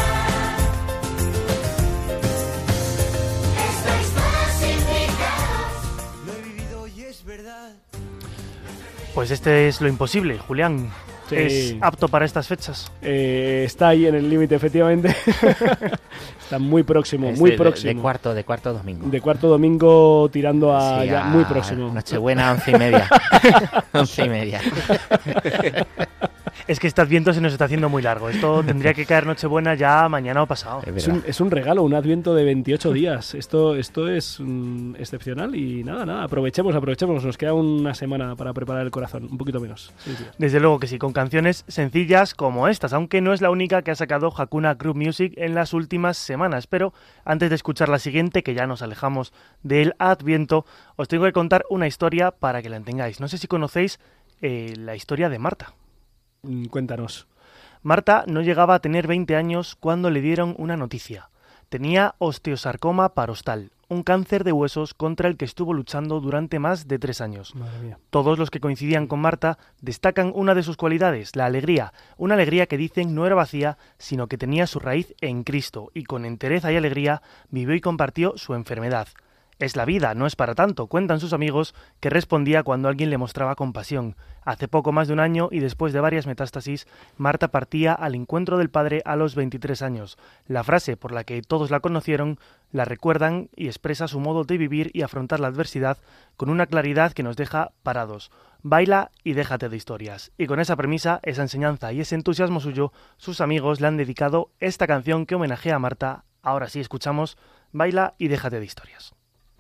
Estáis todos invitados. Lo he vivido y es verdad. Pues este es Lo Imposible, Julián. Sí. ¿Es apto para estas fechas? Está ahí en el límite, efectivamente. Está muy próximo, Es muy de próximo. De cuarto domingo. De cuarto domingo tirando a Sí, ya muy próximo. Nochebuena, 11:30. 11:30. Es que este Adviento se nos está haciendo muy largo. Esto tendría que caer Nochebuena ya mañana o pasado. Es un regalo, un Adviento de 28 días. Esto es excepcional y nada, aprovechemos. Nos queda una semana para preparar el corazón, un poquito menos. Sí. Desde luego que sí, con canciones sencillas como estas, aunque no es la única que ha sacado Hakuna Group Music en las últimas semanas. Pero antes de escuchar la siguiente, que ya nos alejamos del Adviento, os tengo que contar una historia para que la entendáis. No sé si conocéis la historia de Marta. Cuéntanos. Marta no llegaba a tener 20 años cuando le dieron una noticia. Tenía osteosarcoma parostal, un cáncer de huesos contra el que estuvo luchando durante más de 3 años. Madre mía. Todos los que coincidían con Marta destacan una de sus cualidades, la alegría. Una alegría que dicen no era vacía, sino que tenía su raíz en Cristo, y con entereza y alegría vivió y compartió su enfermedad. Es la vida, no es para tanto, cuentan sus amigos, que respondía cuando alguien le mostraba compasión. Hace poco más de un año y después de varias metástasis, Marta partía al encuentro del Padre a los 23 años. La frase por la que todos la conocieron la recuerdan y expresa su modo de vivir y afrontar la adversidad con una claridad que nos deja parados. Baila y déjate de historias. Y con esa premisa, esa enseñanza y ese entusiasmo suyo, sus amigos le han dedicado esta canción que homenajea a Marta. Ahora sí, escuchamos Baila y déjate de historias.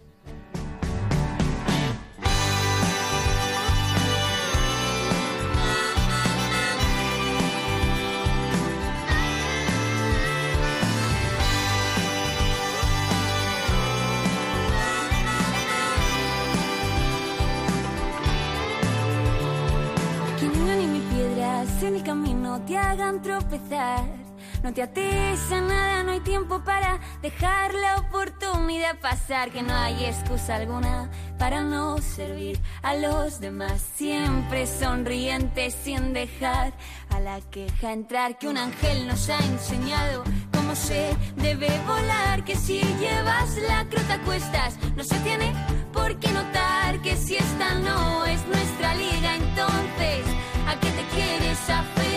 Que ni uno ni mi piedras en el camino te hagan tropezar. No te ates a nada, no hay tiempo para dejar la oportunidad pasar. Que no hay excusa alguna para no servir a los demás. Siempre sonriente sin dejar a la queja entrar. Que un ángel nos ha enseñado cómo se debe volar. Que si llevas la cruz a cuestas no se tiene por qué notar. Que si esta no es nuestra liga, entonces ¿a qué te quieres aferrar?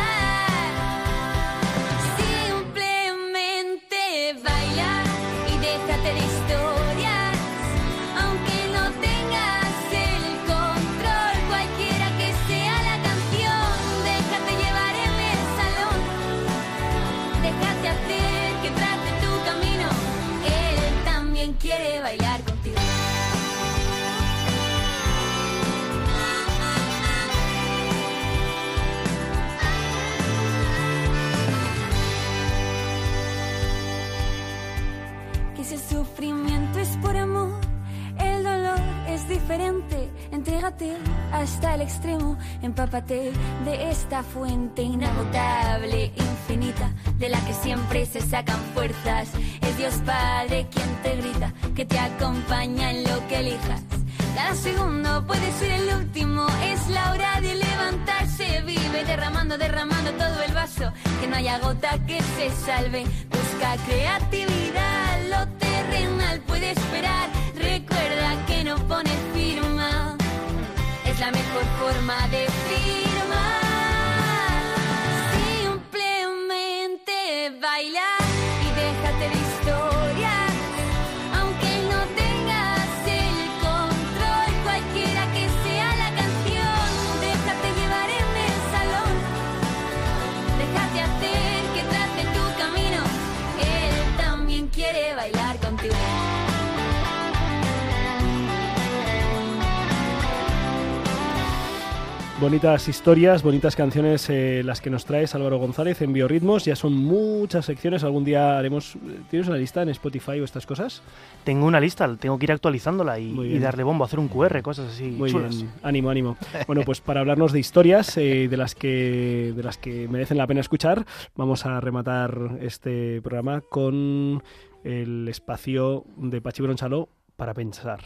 Baila y déjate de historias, aunque no tengas el control, cualquiera que sea la canción, déjate llevar en el salón, déjate hacer que trate tu camino, él también quiere bailar contigo. Si el sufrimiento es por amor, el dolor es diferente. Entrégate hasta el extremo, empápate de esta fuente inagotable, infinita, de la que siempre se sacan fuerzas. Es Dios Padre quien te grita, que te acompaña en lo que elijas. Cada segundo puede ser el último, es la hora de levantarse. Vive derramando todo el vaso, que no haya gota que se salve. Busca creatividad, lo terrenal puede esperar. Recuerda que no pone firma, es la mejor forma de firmar. Simplemente baila y déjate de historias, aunque no tengas el control, cualquiera que sea la canción, déjate llevar en el salón, déjate hacer que trace tu camino, él también quiere bailar contigo. Bonitas historias, bonitas canciones las que nos traes, Álvaro González, en Biorritmos. Ya son muchas secciones, algún día haremos... ¿Tienes una lista en Spotify o estas cosas? Tengo una lista, tengo que ir actualizándola y darle bombo, hacer un QR, cosas así Muy chulas. bien, ánimo. Bueno, pues para hablarnos de historias de las que merecen la pena escuchar, vamos a rematar este programa con el espacio de Pachi Bronchalo para pensar.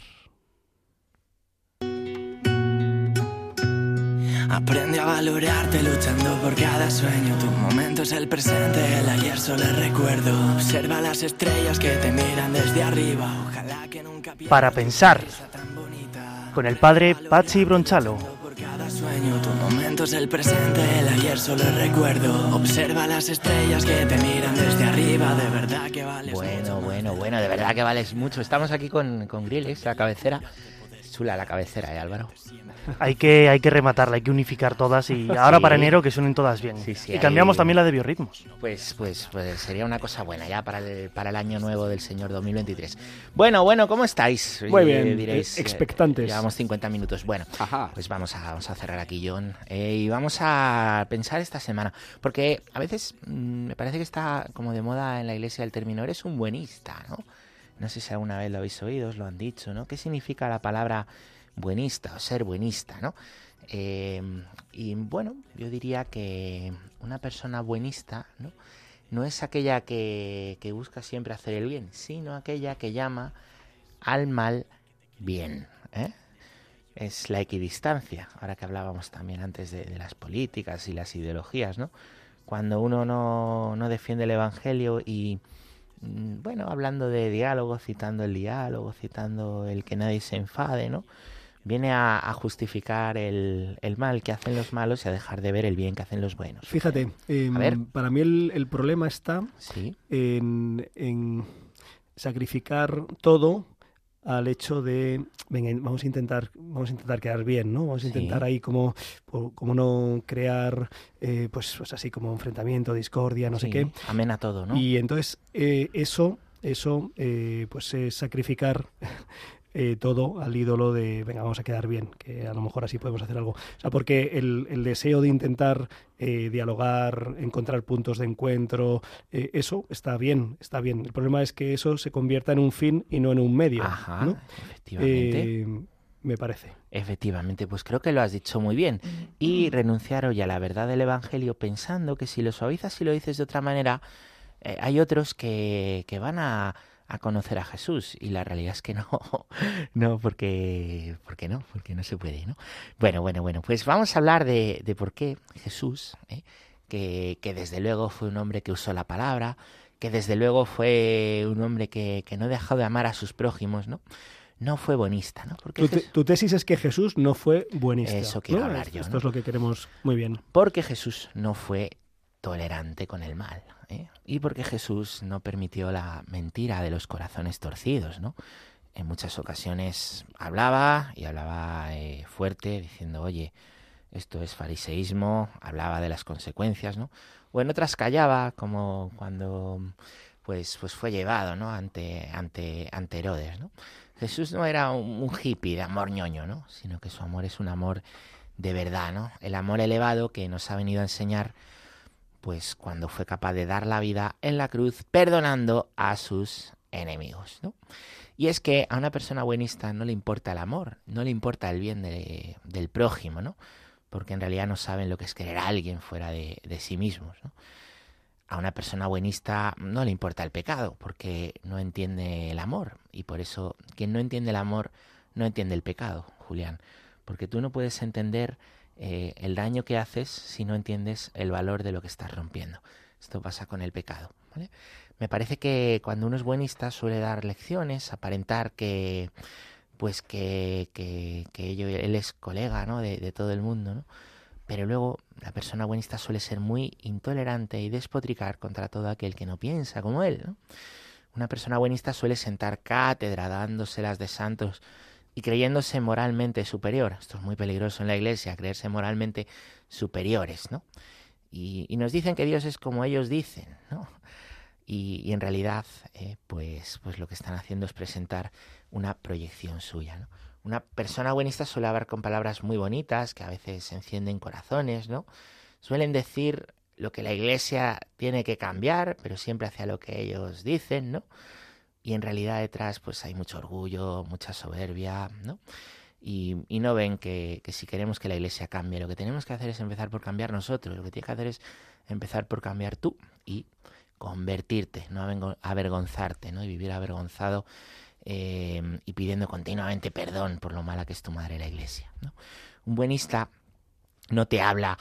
Aprende a valorarte luchando por cada sueño. Tu momento es el presente, el ayer solo es recuerdo. Observa las estrellas que te miran desde arriba. Ojalá que nunca Para pensar, con el padre Pachi Bronchalo. por cada sueño. Tu momento momento es el presente, el ayer solo es recuerdo. Observa las estrellas que te miran desde arriba, de verdad que vales mucho. Bueno, de verdad que vales mucho. Estamos aquí con Grillex, la cabecera. Chula la cabecera, Álvaro. Hay que rematarla, hay que unificar todas y ahora para enero que suenen todas bien. Sí, y cambiamos también la de biorritmos. Pues sería una cosa buena ya para el año nuevo del señor 2023. Bueno, ¿cómo estáis? Muy bien, Diréis, expectantes. Llevamos 50 minutos. Bueno, pues vamos a cerrar aquí, John. Y vamos a pensar esta semana. Porque a veces me parece que está como de moda en la iglesia el término eres un buenista, ¿no? No sé si alguna vez lo habéis oído, os lo han dicho, ¿no? ¿Qué significa la palabra buenista o ser buenista, ¿no? Y bueno, yo diría que una persona buenista, no es aquella que busca siempre hacer el bien, sino aquella que llama al mal bien, ¿eh? Es la equidistancia, ahora que hablábamos también antes de las políticas y las ideologías, ¿no? Cuando uno no defiende el evangelio y bueno, hablando de diálogo, citando el diálogo, citando el que nadie se enfade, ¿no? Viene a justificar el mal que hacen los malos y a dejar de ver el bien que hacen los buenos. Fíjate, para mí el problema está en sacrificar todo al hecho de, venga, vamos a intentar quedar bien, ¿no? Vamos a intentar ahí como no crear, pues así como enfrentamiento, discordia, no sé qué. Amén a todo, ¿no? Y entonces eso pues es sacrificar todo al ídolo de, venga, vamos a quedar bien, que a lo mejor así podemos hacer algo. O sea, porque el deseo de intentar dialogar, encontrar puntos de encuentro, eso está bien. El problema es que eso se convierta en un fin y no en un medio. Ajá, ¿no? Efectivamente. Me parece. Efectivamente, pues creo que lo has dicho muy bien. Y renunciar hoy a la verdad del Evangelio pensando que si lo suavizas y lo dices de otra manera, hay otros que van a conocer a Jesús, y la realidad es que no, porque no se puede, ¿no? Bueno, pues vamos a hablar de por qué Jesús, que desde luego fue un hombre que usó la palabra, que desde luego fue un hombre que no dejó de amar a sus prójimos, no fue buenista, ¿no? Porque tu tesis es que Jesús no fue buenista. Eso quiero ¿no? hablar yo, Esto ¿no? es lo que queremos muy bien. Porque Jesús no fue tolerante con el mal, y porque Jesús no permitió la mentira de los corazones torcidos, ¿no? En muchas ocasiones hablaba fuerte, diciendo, oye, esto es fariseísmo, hablaba de las consecuencias, ¿no? O en otras callaba, como cuando pues fue llevado, ¿no? ante Herodes, ¿no? Jesús no era un hippie de amor ñoño, ¿no? Sino que su amor es un amor de verdad, ¿no? El amor elevado que nos ha venido a enseñar, pues cuando fue capaz de dar la vida en la cruz, perdonando a sus enemigos, ¿no? Y es que a una persona buenista no le importa el amor, no le importa el bien del prójimo, ¿no? Porque en realidad no saben lo que es querer a alguien fuera de sí mismos, ¿no? A una persona buenista no le importa el pecado, porque no entiende el amor. Y por eso, quien no entiende el amor, no entiende el pecado, Julián. Porque tú no puedes entender el daño que haces si no entiendes el valor de lo que estás rompiendo. Esto pasa con el pecado, ¿vale? Me parece que cuando uno es buenista suele dar lecciones, aparentar que él es colega, ¿no? de todo el mundo, ¿no? Pero luego la persona buenista suele ser muy intolerante y despotricar contra todo aquel que no piensa como él, ¿no? Una persona buenista suele sentar cátedra dándoselas de santos y creyéndose moralmente superior. Esto es muy peligroso en la iglesia, creerse moralmente superiores, ¿no? Y nos dicen que Dios es como ellos dicen, ¿no? Y en realidad, pues lo que están haciendo es presentar una proyección suya, ¿no? Una persona buenista suele hablar con palabras muy bonitas que a veces encienden corazones, ¿no? Suelen decir lo que la iglesia tiene que cambiar, pero siempre hacia lo que ellos dicen, ¿no? Y en realidad detrás pues hay mucho orgullo, mucha soberbia, ¿no? Y no ven que si queremos que la iglesia cambie, lo que tenemos que hacer es empezar por cambiar nosotros. Lo que tienes que hacer es empezar por cambiar tú y convertirte, no avergonzarte, ¿no? Y vivir avergonzado y pidiendo continuamente perdón por lo mala que es tu madre la iglesia, ¿no? Un buenista no te habla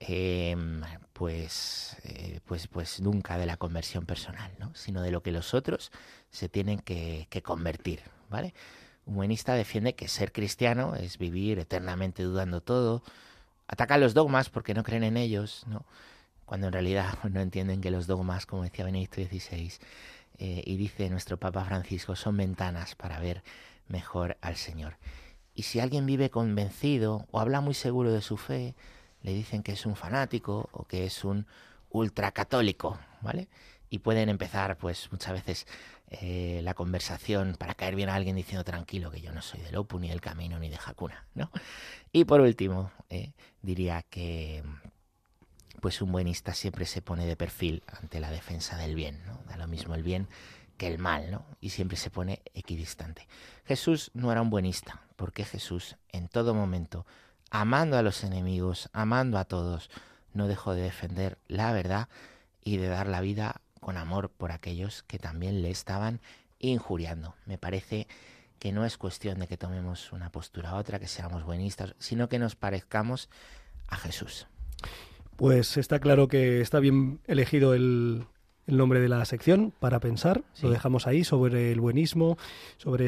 pues nunca de la conversión personal, ¿no? Sino de lo que los otros se tienen que convertir, ¿vale? Un buenista defiende que ser cristiano es vivir eternamente dudando todo, atacan los dogmas porque no creen en ellos, ¿no? Cuando en realidad no entienden que los dogmas, como decía Benedicto XVI, y dice nuestro Papa Francisco, son ventanas para ver mejor al Señor. Y si alguien vive convencido o habla muy seguro de su fe, le dicen que es un fanático o que es un ultracatólico, ¿vale? Y pueden empezar, pues, muchas veces la conversación para caer bien a alguien diciendo tranquilo, que yo no soy del Opus, ni del Camino, ni de Hakuna, ¿no? Y por último, diría que pues un buenista siempre se pone de perfil ante la defensa del bien, ¿no? Da lo mismo el bien que el mal, ¿no? Y siempre se pone equidistante. Jesús no era un buenista, porque Jesús en todo momento, amando a los enemigos, amando a todos, no dejó de defender la verdad y de dar la vida con amor por aquellos que también le estaban injuriando. Me parece que no es cuestión de que tomemos una postura u otra, que seamos buenistas, sino que nos parezcamos a Jesús. Pues está claro que está bien elegido el nombre de la sección, Para Pensar. Sí. Lo dejamos ahí, sobre el buenismo, sobre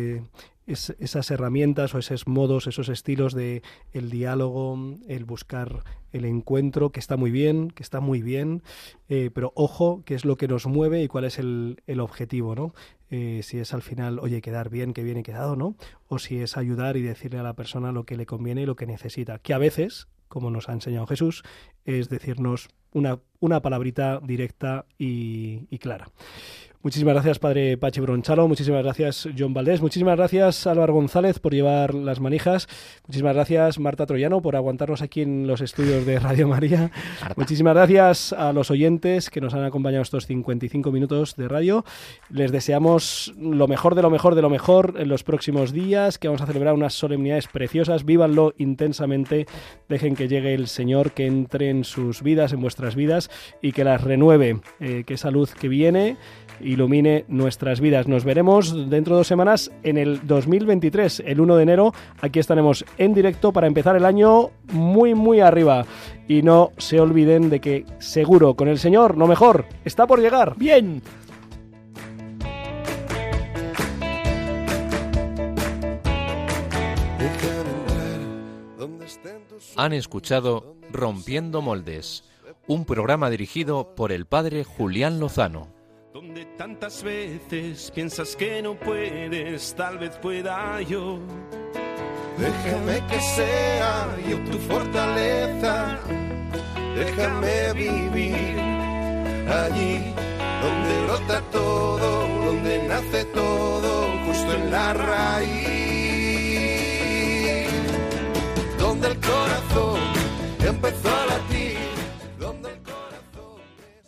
esas herramientas o esos modos, esos estilos de el diálogo, el buscar el encuentro, que está muy bien, pero ojo, qué es lo que nos mueve y cuál es el objetivo, ¿no? Si es al final, oye, quedar bien, que bien he quedado, ¿no? O si es ayudar y decirle a la persona lo que le conviene y lo que necesita, que a veces, como nos ha enseñado Jesús, es decirnos una palabrita directa y clara. Muchísimas gracias, Padre Pachi Bronchalo, muchísimas gracias, John Valdés, muchísimas gracias, Álvaro González, por llevar las manijas, muchísimas gracias, Marta Troyano, por aguantarnos aquí en los estudios de Radio María, Marta. Muchísimas gracias a los oyentes que nos han acompañado estos 55 minutos de radio. Les deseamos lo mejor de lo mejor de lo mejor en los próximos días, que vamos a celebrar unas solemnidades preciosas, vívanlo intensamente, dejen que llegue el Señor, que entre en sus vidas, en vuestras vidas, y que las renueve, que esa luz que viene ilumine nuestras vidas. Nos veremos dentro de 2 semanas en el 2023, el 1 de enero. Aquí estaremos en directo para empezar el año muy, muy arriba. Y no se olviden de que seguro con el Señor lo mejor está por llegar. ¡Bien! Han escuchado Rompiendo Moldes, un programa dirigido por el padre Julián Lozano. Donde tantas veces piensas que no puedes, tal vez pueda yo. Déjame que sea yo tu fortaleza, déjame vivir allí donde brota todo, donde nace todo, justo en la raíz, donde el corazón empezó